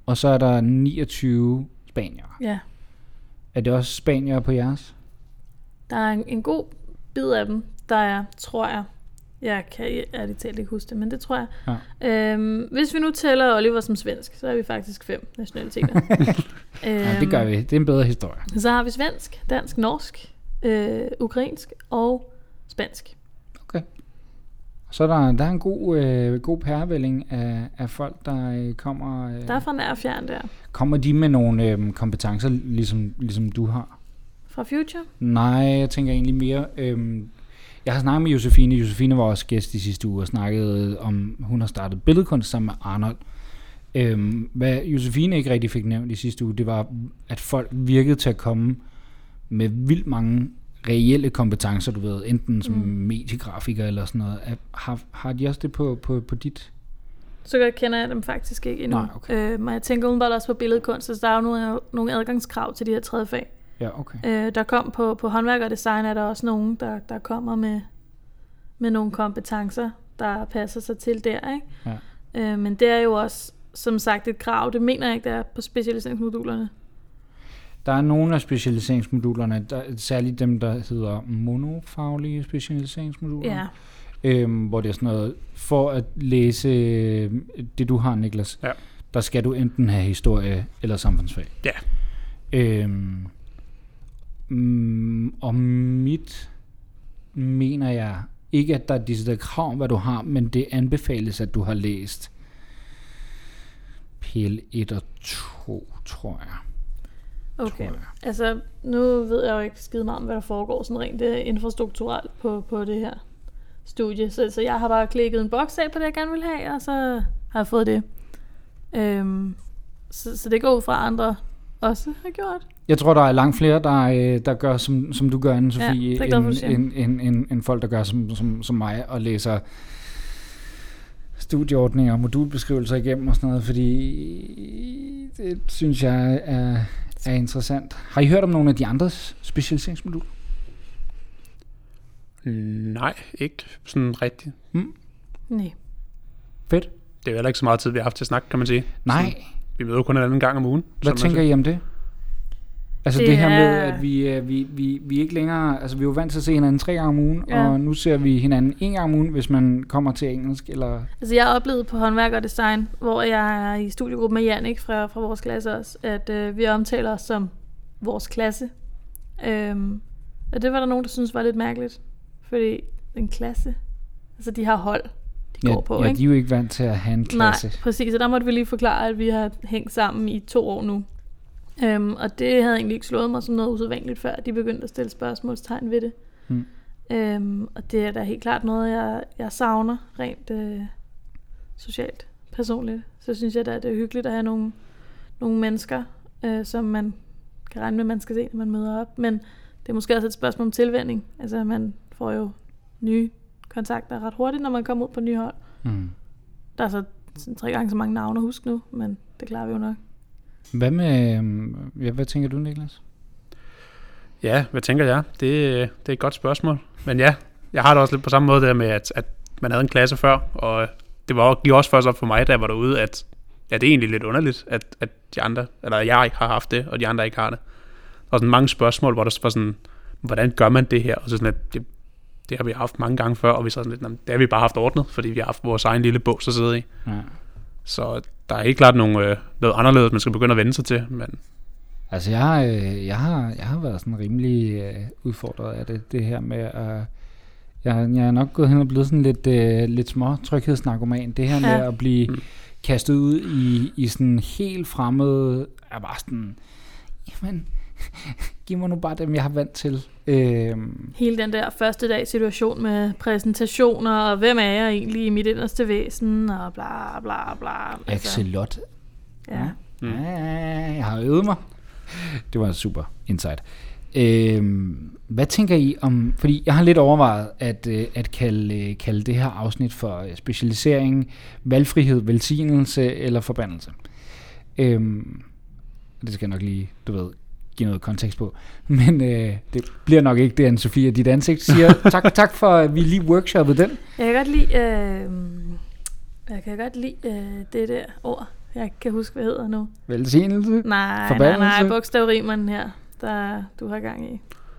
og så er der niogtyve spaniere. Ja. Er det også spaniere på jeres? Der er en, en god bid af dem, der er, tror jeg, jeg kan ærligt talt ikke huske det, men det tror jeg. Ja. Øhm, hvis vi nu tæller Oliver som svensk, så er vi faktisk fem nationaliteter. øhm, ja, det gør vi. Det er en bedre historie. Så har vi svensk, dansk, norsk, øh, ukrainsk og spansk. Okay. Så der, der er en god, øh, god pærevælling af, af folk, der øh, kommer... Øh, der er fra nær og fjern der. Kommer de med nogle øh, kompetencer, ligesom, ligesom du har? Fra Future? Nej, jeg tænker egentlig mere... Øh, jeg har snakket med Josefine. Josefine var også gæst i sidste uge og snakkede om, hun har startet billedkunst sammen med Arnold. Øh, hvad Josefine ikke rigtig fik nævnt i sidste uge, det var, at folk virkede til at komme med vildt mange reelle kompetencer, du ved, enten som mm. mediegrafiker eller sådan noget. Har, har de også det på, på, på dit? Så godt kender jeg dem faktisk ikke endnu. Nej, okay. øh, men jeg tænker udenbart også på billedkunst, så der er jo nogle, nogle adgangskrav til de her tredje fag. Ja, okay. Øh, der kom på, på håndværk og design, er der også nogen, der, der kommer med, med nogle kompetencer, der passer sig til der, ikke? Ja. Øh, men det er jo også, som sagt, et krav. Det mener jeg ikke, der er på specialiseringsmodulerne. Der er nogle af specialiseringsmodulerne, der, særligt dem, der hedder monofaglige specialiseringsmoduler, Ja. øhm, hvor det er sådan noget, for at læse det, du har, Niklas, ja. der skal du enten have historie eller samfundsfag. Ja. Øhm, mm, og mit mener jeg ikke, at der er disse krav, hvad du har, men det anbefales, at du har læst P L et og to, tror jeg. Okay, altså nu ved jeg jo ikke skide meget om, hvad der foregår sådan rent det infrastrukturelt på, på det her studie, så, så jeg har bare klikket en boks af på det, jeg gerne vil have, og så har jeg fået det. Øhm, så, så det går ud fra andre også har gjort. Jeg tror, der er langt flere, der, der gør, som, som du gør, Anne-Sophie, ja, end, end, end, end, end folk, der gør som, som, som mig, og læser studieordninger og modulbeskrivelser igennem og sådan noget, fordi det synes jeg er, er interessant. Har I hørt om nogle af de andres specialiseringsmoduler? Nej, ikke sådan rigtigt. Hmm? Nej. Fedt. Det er jo heller ikke så meget tid, vi har haft til at snakke, kan man sige. Nej. Så vi møder kun en anden gang om ugen. Hvad tænker I om det? Altså det, det her er... med, at vi, vi, vi, vi ikke længere... Altså vi er jo vant til at se hinanden tre gange om ugen, ja. Og nu ser vi hinanden en gang om ugen, hvis man kommer til engelsk, eller... Altså jeg har oplevet på håndværk og design, hvor jeg er i studiegruppe med Jannik fra, fra vores klasse også, at øh, vi omtaler os som vores klasse. Øhm, og det var der nogen, der synes var lidt mærkeligt. Fordi en klasse... Altså de har hold, de ja, går på, ja, ikke? de er jo ikke vant til at have en klasse. Nej, præcis. Og der måtte vi lige forklare, at vi har hængt sammen i to år nu. Øhm, og det havde egentlig ikke slået mig som noget usædvanligt før, de begyndte at stille spørgsmålstegn ved det. Hmm. Øhm, og det er da helt klart noget, jeg, jeg savner rent øh, socialt, personligt. Så synes jeg da, at det er hyggeligt at have nogle, nogle mennesker, øh, som man kan regne med, man skal se, når man møder op. Men det er måske også et spørgsmål om tilvænning. Altså man får jo nye kontakter ret hurtigt, når man kommer ud på nye hold. Hmm. Der er så sådan, tre gange så mange navne at huske nu, men det klarer vi jo nok. Hvad med, ja, hvad tænker du, Niklas? Ja, hvad tænker jeg? Det, det er et godt spørgsmål. Men ja, jeg har det også lidt på samme måde der med, at, at man havde en klasse før, og det var gik også først op for mig, da jeg var derude, at ja, det er egentlig lidt underligt, at, at de andre, eller jeg ikke har haft det, og de andre ikke har det. Der var sådan mange spørgsmål, hvor der var sådan, hvordan gør man det her? Og så sådan, at det, det har vi haft mange gange før, og vi så sådan lidt, det har vi bare haft ordnet, fordi vi har haft vores egen lille bås at sidde i. Ja. Så der er helt klart nogle, øh, noget anderledes, man skal begynde at vende sig til. Men... Altså jeg har, øh, jeg, har, jeg har været sådan rimelig øh, udfordret af det, det her med at... Øh, jeg, jeg er nok gået hen og blevet sådan lidt, øh, lidt små tryghedsnarkoman. Det her ja. med at blive mm. kastet ud i, i sådan helt fremmede... Er bare sådan... Jamen... Giv mig nu bare dem, jeg har vant til. Øhm. Hele den der første dag situation med præsentationer, og hvem er jeg egentlig i mit inderste væsen, og bla bla bla. Axelot. Ja. Mm. ja. Jeg har øvet mig. Det var super insight. Øhm, hvad tænker I om, fordi jeg har lidt overvejet at, at kalde, kalde det her afsnit for specialisering, valgfrihed, velsignelse eller forbandelse. Øhm, det skal jeg nok lige, du ved, give noget kontekst på. Men øh, det bliver nok ikke det, Anne-Sophie, dit ansigt siger. tak, tak for, at vi lige workshoppede den. Jeg kan godt lide, øh, jeg kan godt lide øh, det der ord, jeg ikke kan huske, hvad hedder nu. Velsignelse? Nej, Forbandelse? nej, nej, bogstavrimeren her, der du har gang i.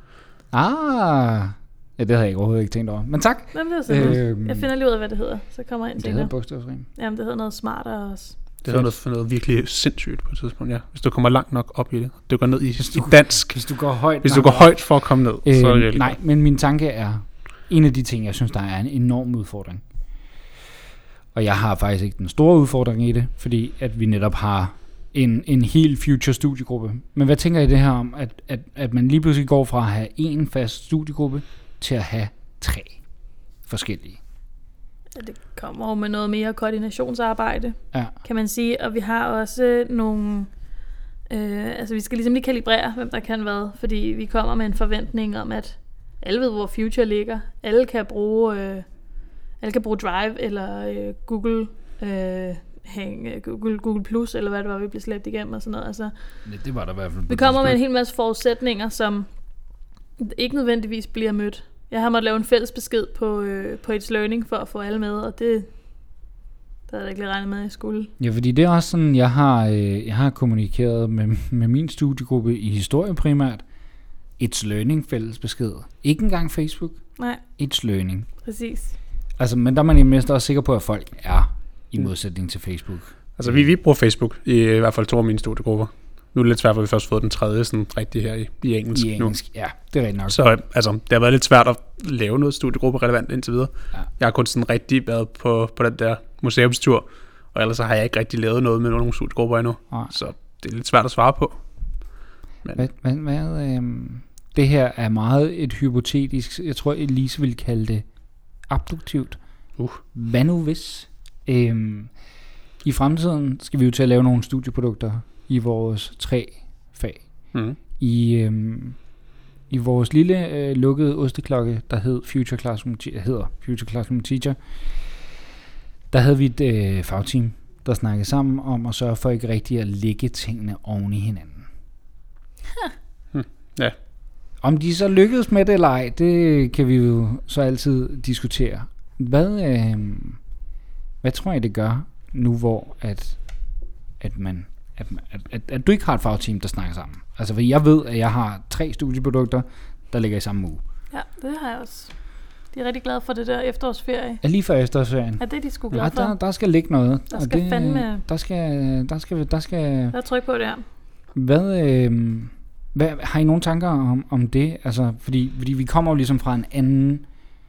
Ah, ja, det havde jeg overhovedet ikke tænkt over. Men tak. Jamen, det er sådan Øhm, Jeg finder lige ud af, hvad det hedder, så kommer jeg ind Det senere. hedder bogstavsrim. Jamen, det hedder noget smartere også. Det hedder noget, noget virkelig sindssygt på et tidspunkt, ja. Hvis du kommer langt nok op i det. Du går ned i, i dansk. Hvis du går højt. Hvis du går højt for at komme ned, øh, så er det Nej, godt. men min tanke er, en af de ting, jeg synes, der er en enorm udfordring. Og jeg har faktisk ikke den store udfordring i det, fordi at vi netop har en, en helt future studiegruppe. Men hvad tænker I det her om, at, at, at man lige pludselig går fra at have en fast studiegruppe til at have tre forskellige? Ja, det kommer jo med noget mere koordinationsarbejde, Ja. kan man sige. Og vi har også nogle... Øh, altså, vi skal ligesom lige kalibrere, hvem der kan hvad. Fordi vi kommer med en forventning om, at alle ved, hvor Future ligger. Alle kan bruge, øh, alle kan bruge Drive eller øh, Google... Øh, Hang, Google, Google Plus, eller hvad det var, vi blev slæbt igennem og sådan noget. Altså, Ja, det var der i hvert fald. vi kommer med en hel masse forudsætninger, som ikke nødvendigvis bliver mødt. Jeg har måttet lave en fælles besked på, øh, på It's Learning for at få alle med, og det, det havde jeg ikke lige regnet med, at jeg skulle. Ja, fordi det er også sådan, jeg har, øh, jeg har kommunikeret med, med min studiegruppe i historie primært. It's Learning fælles besked. Ikke engang Facebook. Nej, It's Learning. præcis. Altså, men der er man i mest også sikker på, at folk er i modsætning til Facebook. Altså, vi, vi bruger Facebook, i, i hvert fald to af mine studiegrupper. Nu er det lidt svært, for vi først fået den tredje sådan rigtig her i, i engelsk. I engelsk, nu. Ja, det er rigtigt nok. Så altså, det har været lidt svært at lave noget studiegruppe relevant indtil videre. Ja. Jeg har kun sådan rigtig været på, på den der museumstur, og ellers så har jeg ikke rigtig lavet noget med nogle studiegrupper endnu. Nej. Så det er lidt svært at svare på. Men Hvad, hvad, hvad øhm, det her er meget et hypotetisk, jeg tror Elise ville kalde det abduktivt. Uh. Hvad nu hvis? Øhm, I fremtiden skal vi jo til at lave nogle studieprodukter i vores tre fag. Mm. I, øhm, i vores lille øh, lukkede osteklokke, der hed Future Classroom, hedder Future Classroom Teacher, der havde vi et øh, fagteam, der snakkede sammen om at sørge for ikke rigtig at lægge tingene oven i hinanden. Hmm. Ja. Om de så lykkedes med det eller ej, det kan vi jo så altid diskutere. Hvad, øh, hvad tror jeg det gør nu, hvor at, at, man, at, at, at, at du ikke har et fagteam, der snakker sammen? Altså, for jeg ved, at jeg har tre studieprodukter, der ligger i samme uge. Ja, det har jeg også. De er rigtig glade for det der efterårsferie. Ja, lige før efterårsferien. Ja, det er de sgu Ja, glade for. der, der skal ligge noget. Der og skal det, fandme- Der skal, der skal, der skal, Jeg er tryg på det her. hvad, øh, hvad, har I nogle tanker om, om det? Altså, fordi, fordi vi kommer jo ligesom fra en anden,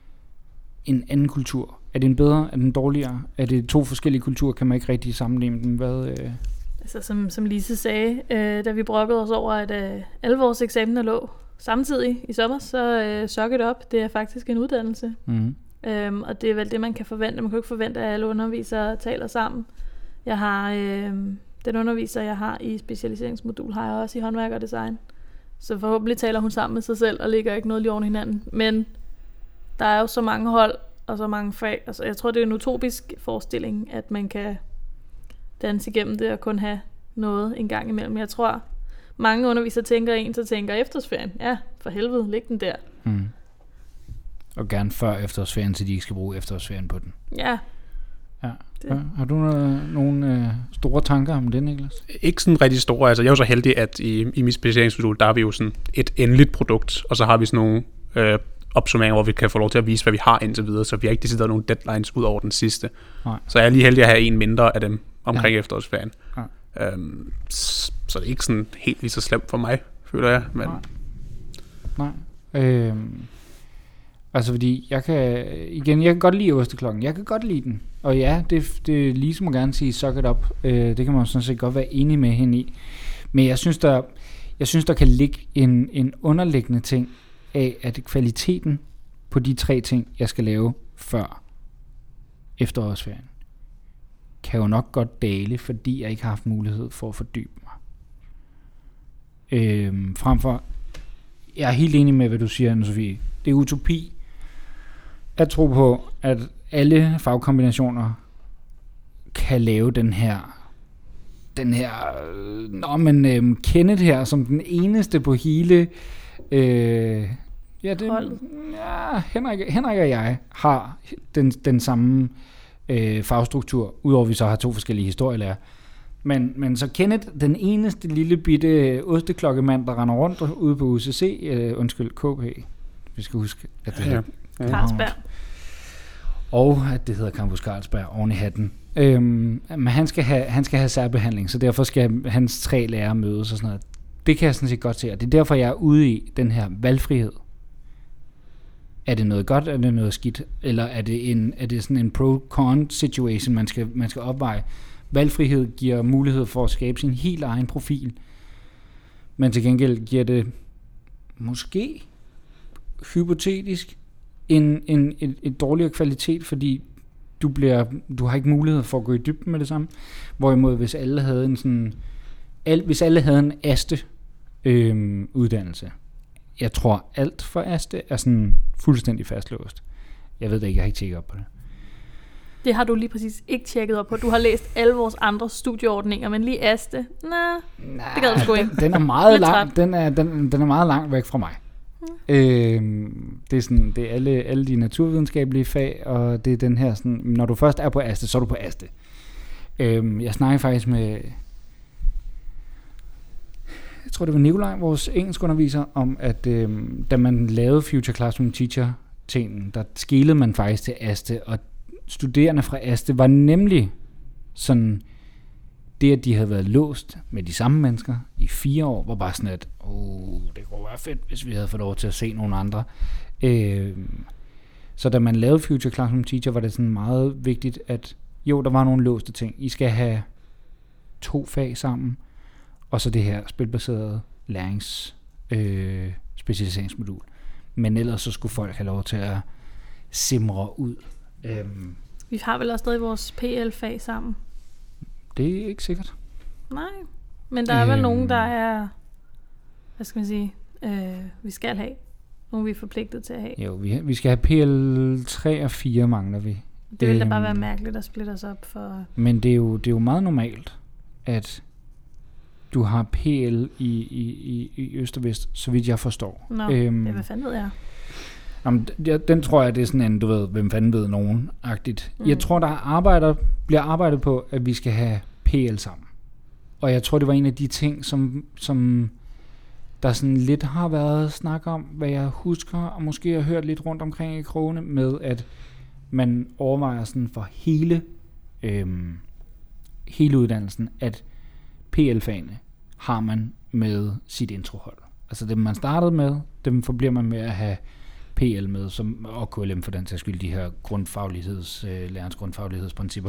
en anden kultur. Er det en bedre? Er den dårligere? Er det to forskellige kulturer? Kan man ikke rigtig sammenligne dem? Hvad, øh? Altså, som, som Lise sagde, øh, da vi brokkede os over, at øh, alle vores eksamener lå samtidig i sommer, så øh, suck it up. Det er faktisk en uddannelse. Mm. Øhm, og det er vel det, man kan forvente. Man kan jo ikke forvente, at alle undervisere taler sammen. Jeg har, øh, den underviser, jeg har i specialiseringsmodul, har jeg også i håndværk og design. Så forhåbentlig taler hun sammen med sig selv og ligger ikke noget lige oven hinanden. Men der er jo så mange hold og så mange fag. Altså, jeg tror, det er en utopisk forestilling, at man kan danse igennem det og kun have noget en gang imellem. Jeg tror, mange undervisere tænker en, så tænker efterårsferien. Ja, for helvede, læg den der. Mm. Og gerne før efterårsferien, så de ikke skal bruge efterårsferien på den. Ja. Ja. Det. Ja. Har du øh, nogle øh, store tanker om det, Niklas? Ikke sådan rigtig store. Altså, jeg er jo så heldig, at i, i mit specialiseringsmodul, der har vi jo sådan et endeligt produkt, og så har vi sådan nogle øh, opsummeringer, hvor vi kan få lov til at vise, hvad vi har indtil videre, så vi har ikke decideret nogle deadlines ud over den sidste. Nej. Så jeg er lige heldig at have en mindre af dem omkring ja. efterårsferien. Ja. Øhm, så, så det er ikke sådan helt lige så slemt for mig, føler jeg. Men Nej. Nej. Øhm, altså fordi, jeg kan, igen, jeg kan godt lide osteklokken. Jeg kan godt lide den. Og ja, det, det Lise må gerne sige, suck it up. Øh, det kan man sådan set godt være enig med hende i. Men jeg synes, der, jeg synes, der kan ligge en, en underliggende ting af, at kvaliteten på de tre ting, jeg skal lave før efterårsferien, kan jo nok godt dale, fordi jeg ikke har haft mulighed for at fordybe mig. Øhm, fremfor, jeg er helt enig med, hvad du siger, Anne-Sophie. Det er utopi at tro på, at alle fagkombinationer kan lave den her, den her, øh, nå, men øh, Kenneth her, som den eneste på hele, øh, ja, det, ja, Henrik, Henrik og jeg har den, den samme øh, fagstruktur, udover vi så har to forskellige historielærer. Men, men så Kenneth, den eneste lille bitte osteklokkemand, der render rundt ude på U C C, øh, undskyld, K P, vi skal huske, at det Ja. er Carlsberg. og at det hedder Campus Carlsberg oven i hatten. Øhm, men han skal, have, han skal have særbehandling, så derfor skal hans tre lærere mødes og sådan noget. Det kan jeg sådan set godt se, og det er derfor, jeg er ude i den her valgfrihed. Er det noget godt, er det noget skidt, eller er det, en, er det sådan en pro-con situation, man skal, man skal opveje? Valgfrihed giver mulighed for at skabe sin helt egen profil, men til gengæld giver det måske hypotetisk en, en, et, et dårligere kvalitet, fordi du, bliver, du har ikke mulighed for at gå i dybden med det samme. Hvorimod hvis alle havde en sådan, al, hvis alle havde en aste øh, uddannelse, jeg tror alt for aste er sådan fuldstændig fastlåst. Jeg ved det ikke, jeg har ikke tjekket op på det. Det har du lige præcis ikke tjekket op på. Du har læst alle vores andre studieordninger, men lige Aste, nej, det gad du sgu ikke. Den, den er meget Lidt lang, den er, den, den er meget langt væk fra mig. Hmm. Øh, det er sådan, det er alle, alle de naturvidenskabelige fag, og det er den her sådan, når du først er på Aste, så er du på Aste. Øh, jeg snakker faktisk med, jeg tror det var Nikolaj, vores engelskunderviser, om at øh, da man lavede Future Classroom Teacher tingen, der skelede man faktisk til Aste, og studerende fra Aste var nemlig sådan, det at de havde været låst med de samme mennesker i fire år, var bare sådan at, oh, det kunne være fedt, hvis vi havde fået lov til at se nogle andre. Øh, så da man lavede Future Classroom Teacher, var det sådan meget vigtigt, at jo, der var nogle låste ting. I skal have to fag sammen, og så det her spilbaserede lærings øh, specialiseringsmodul. Men ellers så skulle folk have lov til at simre ud. Øhm, Vi har vel også stadig vores P L-fag sammen. det er ikke sikkert. Nej, men der er vel Øhm. nogen, der er, hvad skal man sige, øh, vi skal have. Nogle vi er forpligtet til at have. Jo, vi, vi skal have P L tre og fire mangler vi. Det ville da bare Øhm. være mærkeligt at splitte os op for... Men det er jo, det er jo meget normalt, at du har P L i, i, i, i øst og vest, så vidt jeg forstår. Nå, øhm. ja, hvad fanden ved jeg? Jamen, den, den tror jeg, det er sådan en, du ved, hvem fanden ved nogen-agtigt. Mm. Jeg tror, der arbejder, bliver arbejdet på, at vi skal have P L sammen. Og jeg tror, det var en af de ting, som, som der sådan lidt har været snak om, hvad jeg husker, og måske har hørt lidt rundt omkring i krogene, med at man overvejer sådan for hele, øhm, hele uddannelsen, at P L-fagene har man med sit introhold. Altså dem, man startede med, dem forbliver man med at have P L med, som, og K L M for den sags skyld, de her grundfagligheds, øh, lærernes grundfaglighedsprincipper.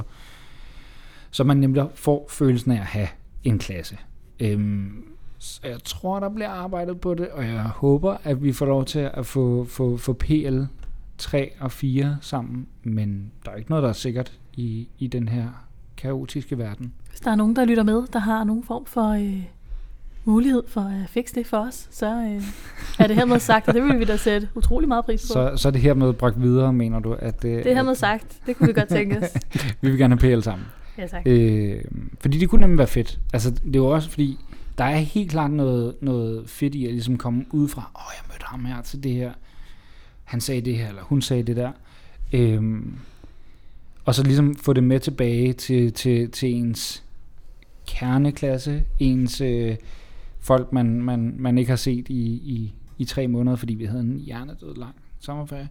Så man nemlig får følelsen af at have en klasse. Øhm, så jeg tror, der bliver arbejdet på det, og jeg håber, at vi får lov til at få, få, få P L tre og fire sammen, men der er ikke noget, der er sikkert i, i den her kaotiske verden. Hvis der er nogen, der lytter med, der har nogen form for øh, mulighed for at fikse det for os, så øh, er det hermed sagt, og det vil vi da sætte utrolig meget pris på. Så, så er det hermed bragt videre, mener du? At, det er hermed sagt. Det kunne vi godt tænke os. Vi vil gerne have P L sammen. Ja, tak. Øh, fordi det kunne nemlig være fedt. Altså, det er jo også fordi, der er helt klart noget, noget fedt i at ligesom komme ud fra, åh, oh, jeg mødte ham her til det her. Han sagde det her, eller hun sagde det der. Øh, og så ligesom få det med tilbage til, til, til ens kerneklasse, ens øh, folk, man, man, man ikke har set i, i, i tre måneder, fordi vi havde en hjernedød lang sommerferie.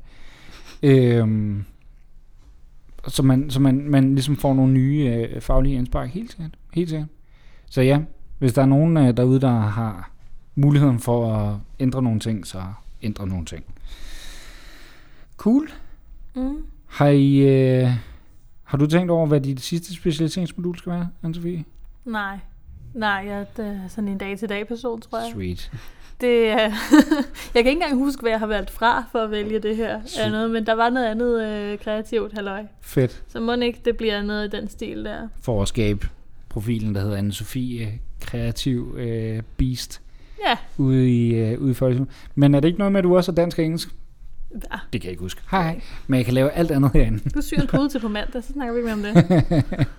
Øh, så man, så man, man ligesom får nogle nye øh, faglige indspark, helt sikkert. Helt sikkert. Så ja, hvis der er nogen øh, derude, der har muligheden for at ændre nogle ting, så ændre nogle ting. Cool. Mm. Har I, øh, har du tænkt over, hvad dit sidste specialiseringsmodul skal være, Anne-Sophie? Nej. Nej, jeg er sådan en dag-til-dag person, tror jeg. Sweet. Det, jeg kan ikke engang huske, hvad jeg har valgt fra for at vælge det her andet, men der var noget andet øh, kreativt, halløj. Fedt. Så må ikke det bliver noget i den stil der. For at skabe profilen, der hedder Anne-Sophie, kreativ øh, beast. Ja. Ude i, øh, ude i folkeskolen. Men er det ikke noget med, at du også er dansk og engelsk? Ja. Det kan jeg ikke huske. Hej, hej. Men jeg kan lave alt andet herinde. Du syr en pude til på mandag, så snakker vi ikke mere om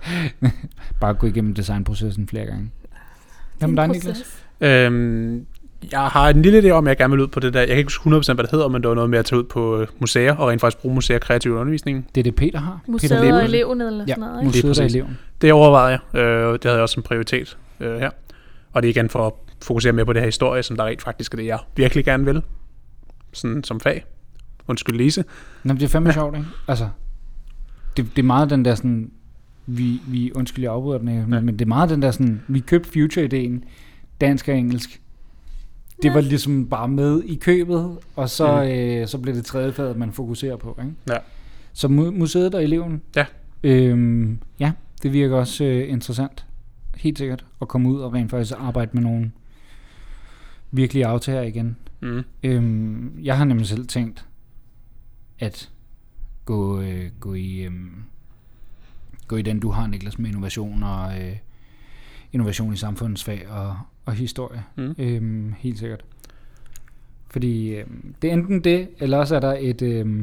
det. Bare gå igennem designprocessen flere gange. Jamen dig, Niklas? Øhm, Jeg har en lille idé om, at jeg gerne vil ud på det der. Jeg kan ikke huske hundrede procent, hvad det hedder, men det var noget med at tage ud på museer, og rent faktisk bruge museer kreativ undervisning. Det er det, Peter har. Museet Peter og eleven eller sådan ja, noget, ikke? museet og eleven. Det overvejede jeg. Øh, det havde jeg også som prioritet øh, her. Og det er igen for at fokusere mere på det her historie, som der rent faktisk er det, jeg virkelig gerne vil. Sådan som fag. Undskyld, Lise. Nå, det er fandme ja. sjovt, ikke? Altså, det, det er meget den der sådan, vi, vi undskyld, jeg afbryder den her, ja. men det er meget den der sådan, vi købte Future-ideen, dansk og engelsk. Det ja. var ligesom bare med i købet, og så, mm. øh, så blev det tredje fag, man fokuserer på, ikke? Ja. Så mu- museet og eleven, ja. Øhm, ja, det virker også øh, interessant, helt sikkert, at komme ud og rent faktisk arbejde med nogle virkelige aftager igen. Mm. Øhm, jeg har nemlig selv tænkt, at gå, øh, gå, i, øh, gå i den, du har, Niklas, med innovation og øh, innovation i samfundsfag og, og historie. Mm. Øhm, helt sikkert. Fordi øh, det er enten det, eller også er der et, øh,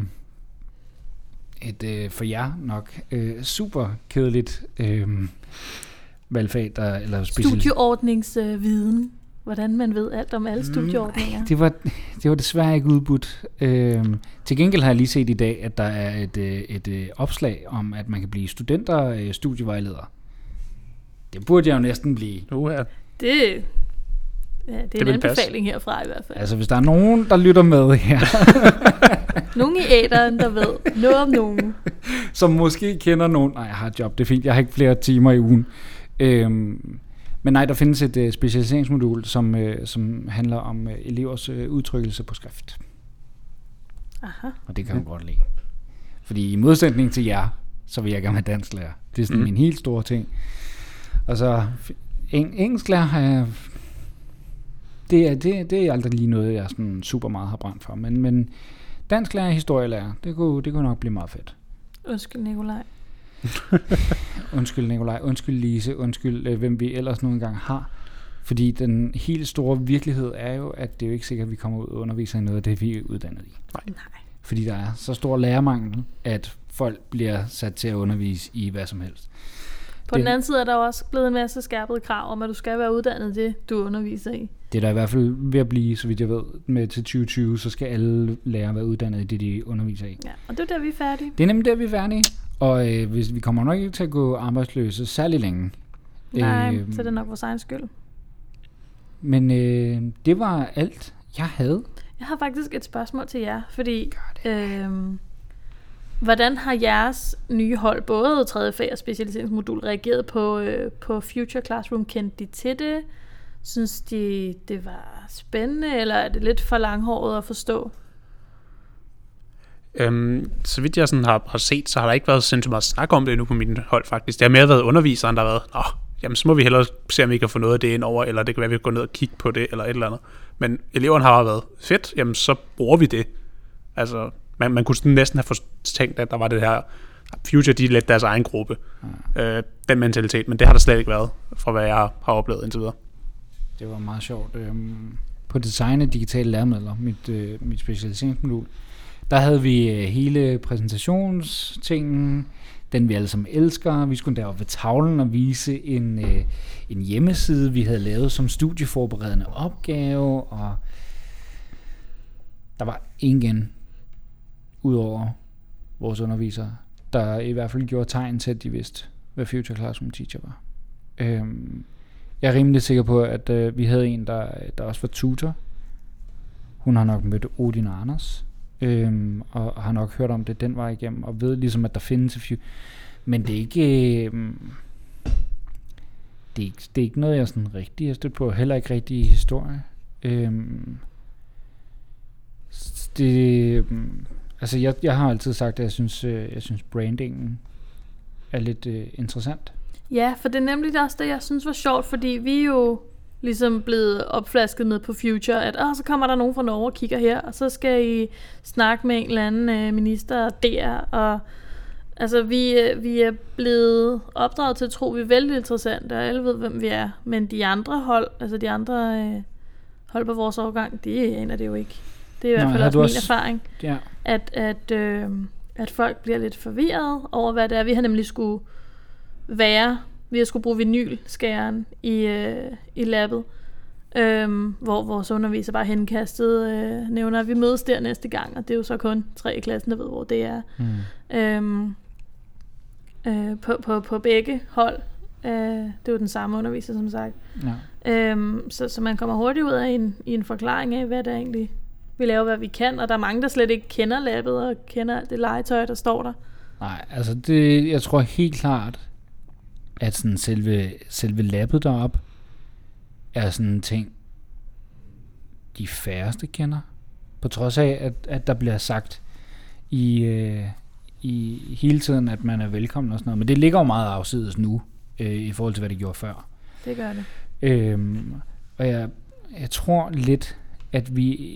et øh, for jer nok øh, super kedeligt øh, valgfag, der, eller specielt studieordningsviden. Øh, Hvordan man ved alt om alle studieordninger. Mm, det, var, det var desværre ikke udbudt. Øhm, til gengæld har jeg lige set i dag, at der er et, et, et opslag om, at man kan blive studenter øh, studievejleder. Det burde jeg jo næsten blive. Uh, ja. Det, ja, det er det en anbefaling passe. Herfra i hvert fald. Altså hvis der er nogen, der lytter med her. Nogen i æderen, der ved noget om nogen. Som måske kender nogen. Nej, jeg har et job, det er fint. Jeg har ikke flere timer i ugen. Øhm, Men nej, der findes et uh, specialiseringsmodul, som, uh, som handler om uh, elevers uh, udtrykkelse på skrift. Aha. Og det kan man mm. godt lide. Fordi i modsætning til jer, så vil jeg gerne være dansklærer. Det er sådan mm. min helt store ting. Og så eng- engelsklærer har jeg... Det er, det, det er aldrig lige noget, jeg sådan super meget har brændt for. Men, men dansklærer og historielærer, det kunne, det kunne nok blive meget fedt. Undskyld, Nikolaj. Undskyld Nikolaj, undskyld Lise, undskyld øh, hvem vi ellers nogle gange har. Fordi den helt store virkelighed er jo, at det er jo ikke sikkert, at vi kommer ud og underviser i noget af det, vi er uddannet i. Nej. Fordi der er så stor lærermangel, at folk bliver sat til at undervise i hvad som helst. På den, den anden side er der også blevet en masse skærpede krav om, at du skal være uddannet det, du underviser i. Det er der i hvert fald ved at blive, så vidt jeg ved, med til tyve tyve, så skal alle lærere være uddannet i det, de underviser i. Ja, og det er der, vi er færdige. Det er nemlig der, vi er færdige. Og øh, hvis vi kommer nok ikke til at gå arbejdsløse særlig længe. Nej, øh, så er det nok vores egen skyld. Men øh, det var alt, jeg havde. Jeg har faktisk et spørgsmål til jer, fordi øh, hvordan har jeres nye hold, både tredje fag og specialiseringsmodul, reageret på, øh, på Future Classroom? Kendte de til det? Synes de, det var spændende, eller er det lidt for langhåret at forstå? Øhm, så vidt jeg sådan har, har set, så har der ikke været sindssygt meget snak om det endnu på min hold faktisk. Det har mere været underviseren, der har været, nå, jamen så må vi hellere se, om vi kan få noget af det ind over, eller det kan være, at vi kan gå ned og kigge på det, eller et eller andet. Men eleverne har været fedt, jamen så bruger vi det. Altså, man, man kunne næsten have tænkt, at der var det her, Future, de er lidt deres egen gruppe. Ja. Øh, den mentalitet, men det har der slet ikke været, fra hvad jeg har oplevet indtil videre. Det var meget sjovt. Øhm, på design af digitale læremidler, mit, øh, mit specialiseringsmodul, der havde vi øh, hele præsentationstingen, den vi alle sammen elsker. Vi skulle deroppe ved tavlen og vise en, øh, en hjemmeside, vi havde lavet som studieforberedende opgave, og der var ingen, udover vores undervisere, der i hvert fald gjorde tegn til, at de vidste, hvad Future Classroom Teacher var. Øhm, jeg er rimelig sikker på, at øh, vi havde en, der, der også var tutor. Hun har nok mødt Odin og Anders, øhm, og har nok hørt om det den vej igennem, og ved ligesom, at der findes Future. Men det er ikke... Øh, det, er ikke det er ikke noget, jeg sådan rigtig har stødt på. Heller ikke rigtig i historie. Øhm, det... Altså, jeg, jeg har altid sagt, at jeg synes, øh, jeg synes brandingen er lidt øh, interessant. Ja, for det er nemlig også det, jeg synes var sjovt, fordi vi er jo ligesom blevet opflasket ned på Future, at åh, så kommer der nogen fra Norge og kigger her, og så skal I snakke med en eller anden øh, minister der, og altså, vi, øh, vi er blevet opdraget til at tro, at vi er vældig interessante, og alle ved, hvem vi er, men de andre hold, altså de andre øh, hold på vores årgang, de aner det jo ikke. Det er i Nå, hvert fald også min også, erfaring, ja. at, at, øh, at folk bliver lidt forvirret over, hvad det er. Vi har nemlig skulle være, vi har skulle bruge vinylskæren i, øh, i labbet, Øhm, hvor vores underviser bare henkastet øh, nævner, at vi mødes der næste gang, og det er jo så kun tre i klassen, der ved, hvor det er. Mm. Øhm, øh, på, på, på begge hold. Øh, det er jo den samme underviser, som sagt. Ja. Øhm, så, så man kommer hurtigt ud af en, i en forklaring af, hvad det egentlig vi laver, hvad vi kan, og der er mange, der slet ikke kender labbet og kender alt det legetøj, der står der. Nej, altså det, jeg tror helt klart, at sådan selve, selve labbet deroppe er sådan en ting, de færreste kender. På trods af, at, at der bliver sagt i, øh, i hele tiden, at man er velkommen og sådan noget. Men det ligger jo meget afsides nu, øh, i forhold til, hvad det gjorde før. Det gør det. Øhm, og jeg, jeg tror lidt, at vi...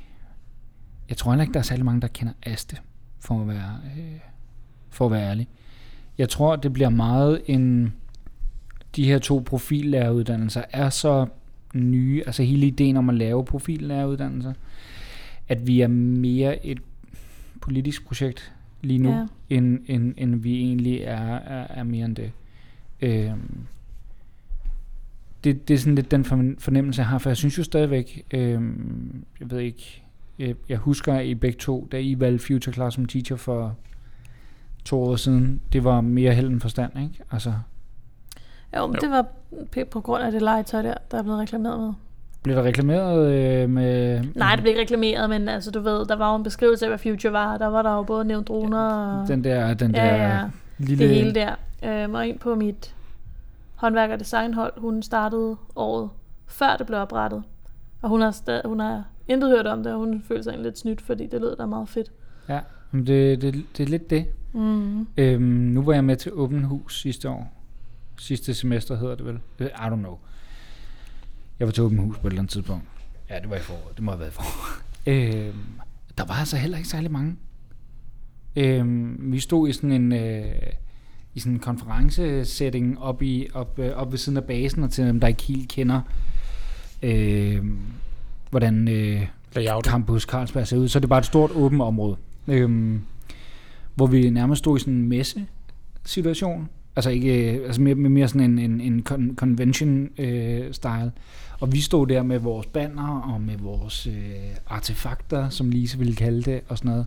Jeg tror heller ikke, der er særlig mange, der kender Aste, for at være, øh, for at være ærlig. Jeg tror, det bliver meget en... De her to profillæreruddannelser er så nye, altså hele ideen om at lave profillæreruddannelser, at vi er mere et politisk projekt lige nu, ja. end, end, end vi egentlig er, er, er mere end det. Øhm, det. Det er sådan lidt den fornemmelse, jeg har, for jeg synes jo stadigvæk, øhm, jeg ved ikke, jeg, jeg husker I begge to, da I valgte Future Classroom Teacher for to år siden, det var mere held end forstand, ikke? Altså... Jo, men jo. Det var på grund af det legetøj der, der er blevet reklameret med. Blev der reklameret øh, med... Nej, det blev ikke reklameret, men altså du ved, der var jo en beskrivelse af, hvad Future var. Der var der jo både nævnt droner og... Den der, den der ja, ja, lille... det hele der. Øhm, og ind på mit håndværk- og designhold, hun startede året før det blev oprettet. Og hun har, stad, hun har intet hørt om det, og hun følte sig lidt snydt, fordi det lød da meget fedt. Ja, men det, det, det er lidt det. Mm. Øhm, nu var jeg med til Åben Hus sidste år. Sidste semester hedder det vel. I don't know. Jeg var til Åben Hus på et eller andet tidspunkt. Ja, det var i foråret. Det må have været i foråret. øhm, der var altså heller ikke særlig mange. Øhm, vi stod i sådan en øh, i sådan en konferencesetting op, i, op, øh, op ved siden af basen, og til dem, der ikke helt kender øh, hvordan øh, Campus Carlsberg ser ud. Så det er bare et stort åbent område. Øhm, hvor vi nærmest stod i sådan en messe-situation. Altså ikke, altså mere, mere sådan en, en, en convention-style. Øh, og vi stod der med vores banner og med vores øh, artefakter, som Lise ville kalde det, og sådan noget.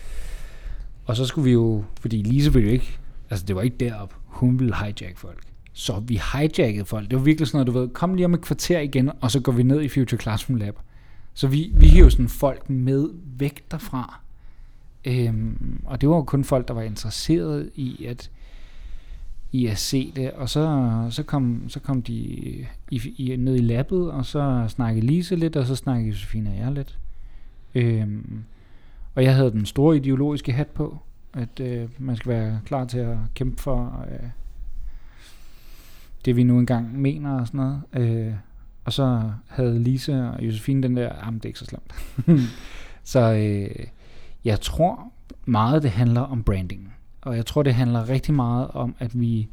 Og så skulle vi jo, fordi Lise ville jo ikke, altså det var ikke derop, hun ville hijack folk. Så vi hijackede folk. Det var virkelig sådan noget, du ved, kom lige om et kvarter igen, og så går vi ned i Future Classroom Lab. Så vi, vi hiver sådan folk med væk derfra. Øhm, og det var jo kun folk, der var interesseret i at i at se det, og så, så, kom, så kom de i, i, ned i labbet, og så snakkede Lise lidt, og så snakkede Josefine og jeg lidt. Øhm, og jeg havde den store ideologiske hat på, at øh, man skal være klar til at kæmpe for øh, det, vi nu engang mener og sådan noget. Øh, og så havde Lise og Josefine den der, jamen det er ikke så slemt. Så øh, jeg tror meget, det handler om branding. Og jeg tror, det handler rigtig meget om, at vi,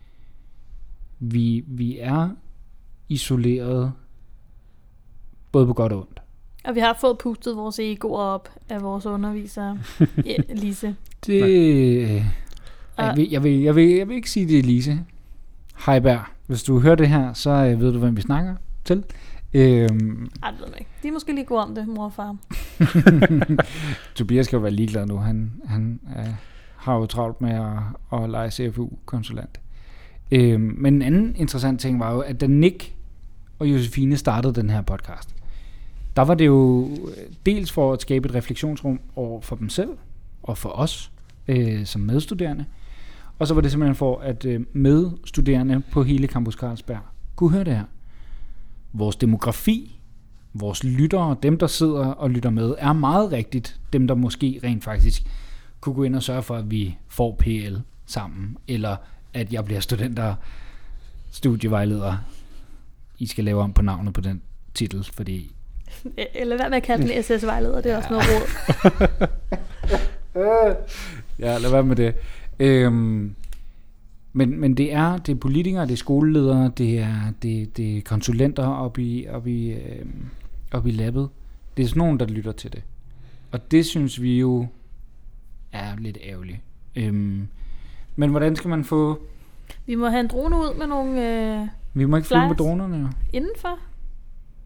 vi, vi er isoleret, både på godt og ondt. Og vi har fået pustet vores egoer op af vores undervisere, ja, Lise. Det, øh, jeg, vil, jeg, vil, jeg, vil, jeg vil ikke sige, det er Lise Heiberg. Hvis du hører det her, så øh, ved du, hvem vi snakker til. Øhm, Ej, det ved jeg ikke. De er måske lige gode om det, mor og far. Tobias skal jo være ligeglad nu. Han, han øh, har jo travlt med at, at lege C F U-konsulent. Øhm, men en anden interessant ting var jo, at da Nick og Josefine startede den her podcast, der var det jo dels for at skabe et refleksionsrum over for dem selv og for os øh, som medstuderende, og så var det simpelthen for, at øh, medstuderende på hele Campus Carlsberg kunne høre det her. Vores demografi, vores lyttere, dem der sidder og lytter med, er meget rigtigt dem, der måske rent faktisk kunne gå ind og sørge for, at vi får P L sammen, eller at jeg bliver studenter, studievejleder. I skal lave om på navnet på den titel, fordi... Eller hvad med at kalde den S S-vejleder, det er ja. Også noget råd. Ja, lad være med det. Øhm, men, men det er, det er politikere, det er skoleledere, det er, det, det er konsulenter oppe i, oppe i, øhm, oppe i labbet. Det er sådan nogen, der lytter til det. Og det synes vi jo er lidt ærgerligt. Øhm, men hvordan skal man få... Vi må have en drone ud med nogle øh, Vi må ikke flyve med dronerne, jo. Indenfor?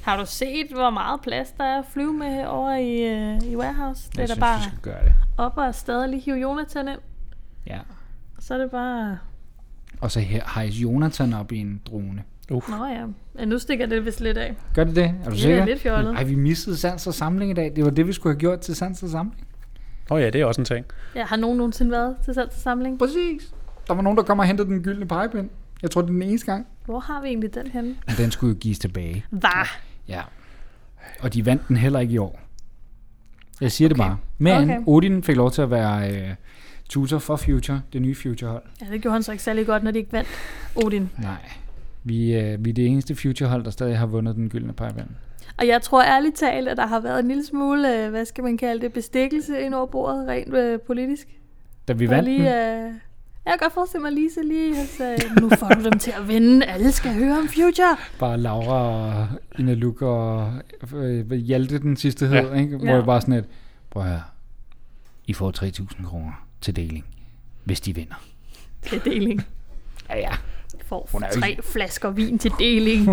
Har du set, hvor meget plads der er at flyve med over i, uh, i Warehouse? Det Jeg er der synes, bare vi skal gøre det. op og stadig lige hive Jonathan ind. Ja. Så er det bare... Og så her hejse Jonathan op i en drone. Uf. Nå ja, ja nu stikker det vist lidt af. Gør det det? Er du Det er sikker? lidt fjollet. Ej, vi missede Sans og Samling i dag. Det var det, vi skulle have gjort til Sans og Samling. Åh oh ja, det er også en ting. Ja, har nogen nogensinde været til salg til samling? Præcis. Der var nogen, der kom og hentede den gyldne pegepind. Jeg tror, det er den eneste gang. Hvor har vi egentlig den henne? Men den skulle jo gives tilbage. Hvad? Ja. Og de vandt den heller ikke i år. Jeg siger okay. det bare. Men Okay. Odin fik lov til at være øh, tutor for Future, det nye Future-hold. Ja, det gjorde han så ikke særlig godt, når de ikke vandt Odin. Nej. Vi, øh, vi er det eneste Future-hold, der stadig har vundet den gyldne pegepind. Og jeg tror ærligt talt, at der har været en lille smule, øh, hvad skal man kalde det, bestikkelse ind over bordet, rent øh, politisk. Da vi Og vandt lige, den. øh, jeg kan godt forestille mig, at Lise lige har sagt, nu får du dem til at vinde, alle skal høre om Future. Bare Laura og Inaluk og øh, Hjalte den sidste hed, Ja. ikke? Hvor Ja. jeg bare sådan et, prøv at høre, I får tre tusind kroner til deling, hvis de vinder. Til deling. Ja, ja. Får Hun er jo tre ikke- flasker vin til deling.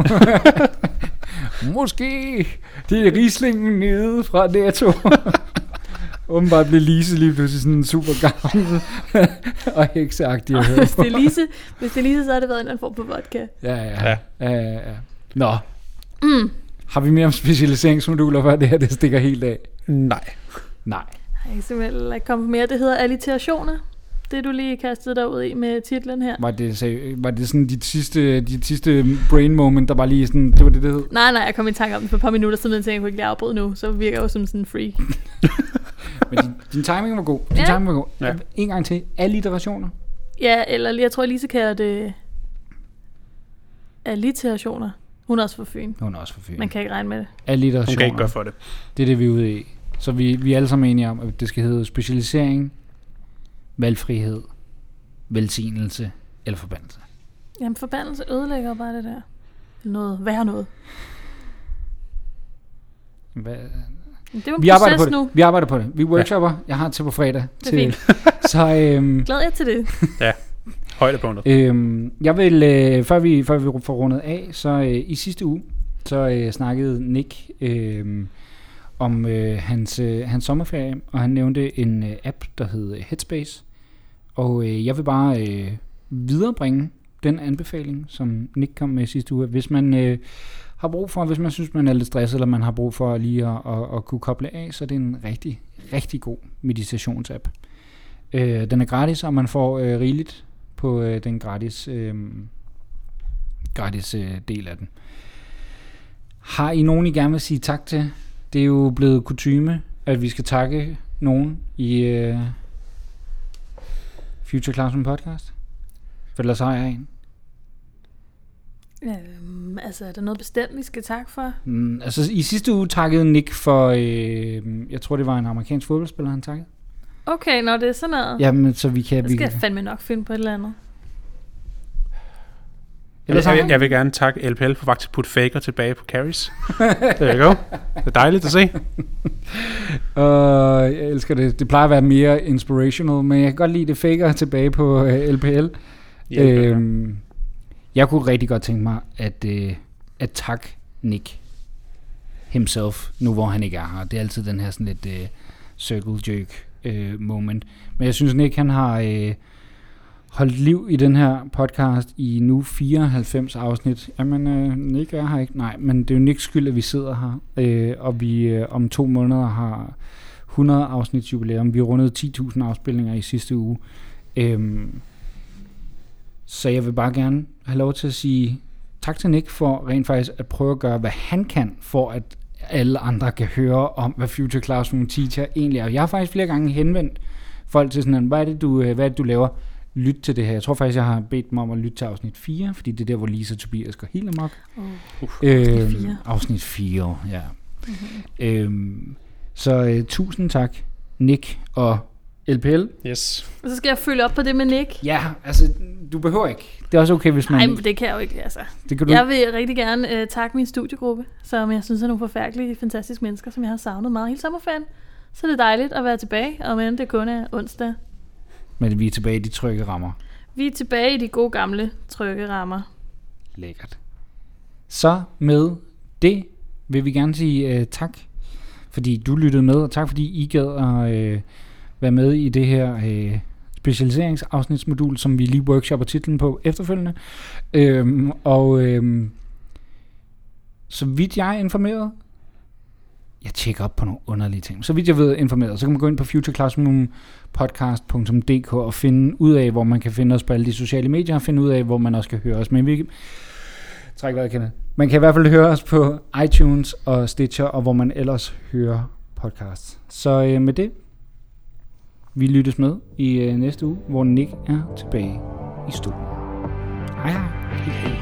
Måske det er Rieslingen nede fra Netto. Åbenbart blev Lise lige pludselig sådan super gammel og hekseagtig at høre hvis, på. det er Lise, hvis det er Lise, så har det været en anden form på vodka. Ja, ja, Ja. ja. ja, ja. Nå, Mm. har vi mere om specialiseringsmoduler, før det her det stikker helt af? Nej. Nej. Jeg kan simpelthen ikke komme mere. Det hedder alliterationer. Det du lige kastede dig ud i med titlen her. Var det, så, var det sådan dit sidste, dit sidste brain moment, der var lige sådan, det var det, det hed? Nej, nej, jeg kom i tanke om det for et par minutter siden, jeg tænkte, jeg kunne ikke lige afbryde nu. Så virker jeg jo som sådan en freak. Men din, din timing var god. Din Ja. timing var god. Ja. En gang til. Alliterationer. Ja, eller jeg tror, Lise kalder det alliterationer. Hun er også fra Fyn. Hun er også for Fyn. Man kan ikke regne med det. Alliterationer. Hun kan ikke gøre for det. Det er det, vi er ude i. Så vi, vi er alle sammen enige om, at det skal hedde specialisering, valgfrihed, velsignelse eller forbandelse. Jamen, forbandelse ødelægger bare det der. Noget værre noget. Hvad? Men det er jo en Vi arbejder på proces det. nu. Vi arbejder på det. Vi workshopper. Jeg har til på fredag. Det er til, så øhm, Glæder jeg til det. Højdepunktet. øhm, jeg vil, øh, før, vi, før vi får rundet af, så øh, i sidste uge, så øh, snakkede Nick øh, om øh, hans, øh, hans sommerferie, og han nævnte en øh, app, der hed Headspace. Og øh, jeg vil bare øh, viderebringe den anbefaling, som Nick kom med sidste uge. Hvis man øh, har brug for, hvis man synes, man er lidt stresset, eller man har brug for lige at, at, at kunne koble af, så er det en rigtig, rigtig god meditationsapp. Øh, den er gratis, og man får øh, rigeligt på øh, den gratis, øh, gratis øh, del af den. Har I nogen, I gerne vil sige tak til? Det er jo blevet kutyme, at vi skal takke nogen i øh, Future Classroom Podcast. For ellers har jeg en. Øhm, altså, er der noget bestemt, vi skal takke for? Mm, altså i sidste uge takkede Nick for, øh, jeg tror det var en amerikansk fodboldspiller, han takkede. Okay, når det er sådan noget. Jamen, så vi kan... Så vi skal kan jeg fandme nok finde på et eller andet. ellers Jeg, har jeg, jeg vil gerne takke L P L for faktisk at putte faker tilbage på carries. There you go. Det er dejligt at se. Og jeg elsker det. Det plejer at være mere inspirational, men jeg kan godt lide det faker tilbage på uh, L P L. Øhm, jeg kunne rigtig godt tænke mig at, uh, at takke Nick himself, nu hvor han ikke er her. Det er altid den her sådan lidt uh, circle jerk uh, moment. Men jeg synes, Nick han har uh, holdt liv i den her podcast i nu fireoghalvfems afsnit. Jamen, uh, Nick er her ikke. Nej, men det er jo Nicks skyld, at vi sidder her. Uh, og vi uh, om to måneder har hundrede afsnits jubilæum. Vi rundede ti tusind afspilninger i sidste uge. Um, Så jeg vil bare gerne have lov til at sige tak til Nick for rent faktisk at prøve at gøre, hvad han kan, for at alle andre kan høre om, hvad Future Classroom Teacher egentlig er. Jeg har faktisk flere gange henvendt folk til sådan, hvad er det, du, hvad er det, du laver? Lyt til det her. Jeg tror faktisk, jeg har bedt dem om at lytte til afsnit fire, fordi det er der, hvor Lisa og Tobias går helt amok. Oh. Øhm, Afsnit fire. Afsnit fire, ja. Mm-hmm. Øhm, så uh, tusind tak, Nick og L P L. Yes. Og så skal jeg følge op på det med Nick. Ja, altså, du behøver ikke. Det er også okay, hvis man... Nej, men det kan jeg jo ikke, altså. det kan du Jeg vil rigtig gerne uh, takke min studiegruppe, som jeg synes er nogle forfærdelige, fantastiske mennesker, som jeg har savnet meget hele sommerferien. Så det er dejligt at være tilbage, og men det kun er onsdag. Men vi er tilbage i de trygge rammer. Vi er tilbage i de gode gamle trygge rammer. Lækkert. Så med det vil vi gerne sige øh, tak, fordi du lyttede med, og tak fordi I gad at øh, være med i det her øh, specialiseringsafsnitsmodul, som vi lige workshopper titlen på efterfølgende. Øhm, og øhm, så vidt jeg er informeret, jeg tjekker op på nogle underlige ting, så vidt jeg ved informeret, så kan man gå ind på future classroom podcast punktum d k og finde ud af, hvor man kan finde os på alle de sociale medier, og finde ud af, hvor man også kan høre os. Men vi træk vejret, Kenneth. Man kan i hvert fald høre os på iTunes og Stitcher, og hvor man ellers hører podcasts. Så øh, med det, vi lyttes med i øh, næste uge, hvor Nick er tilbage i studiet. Hej hej.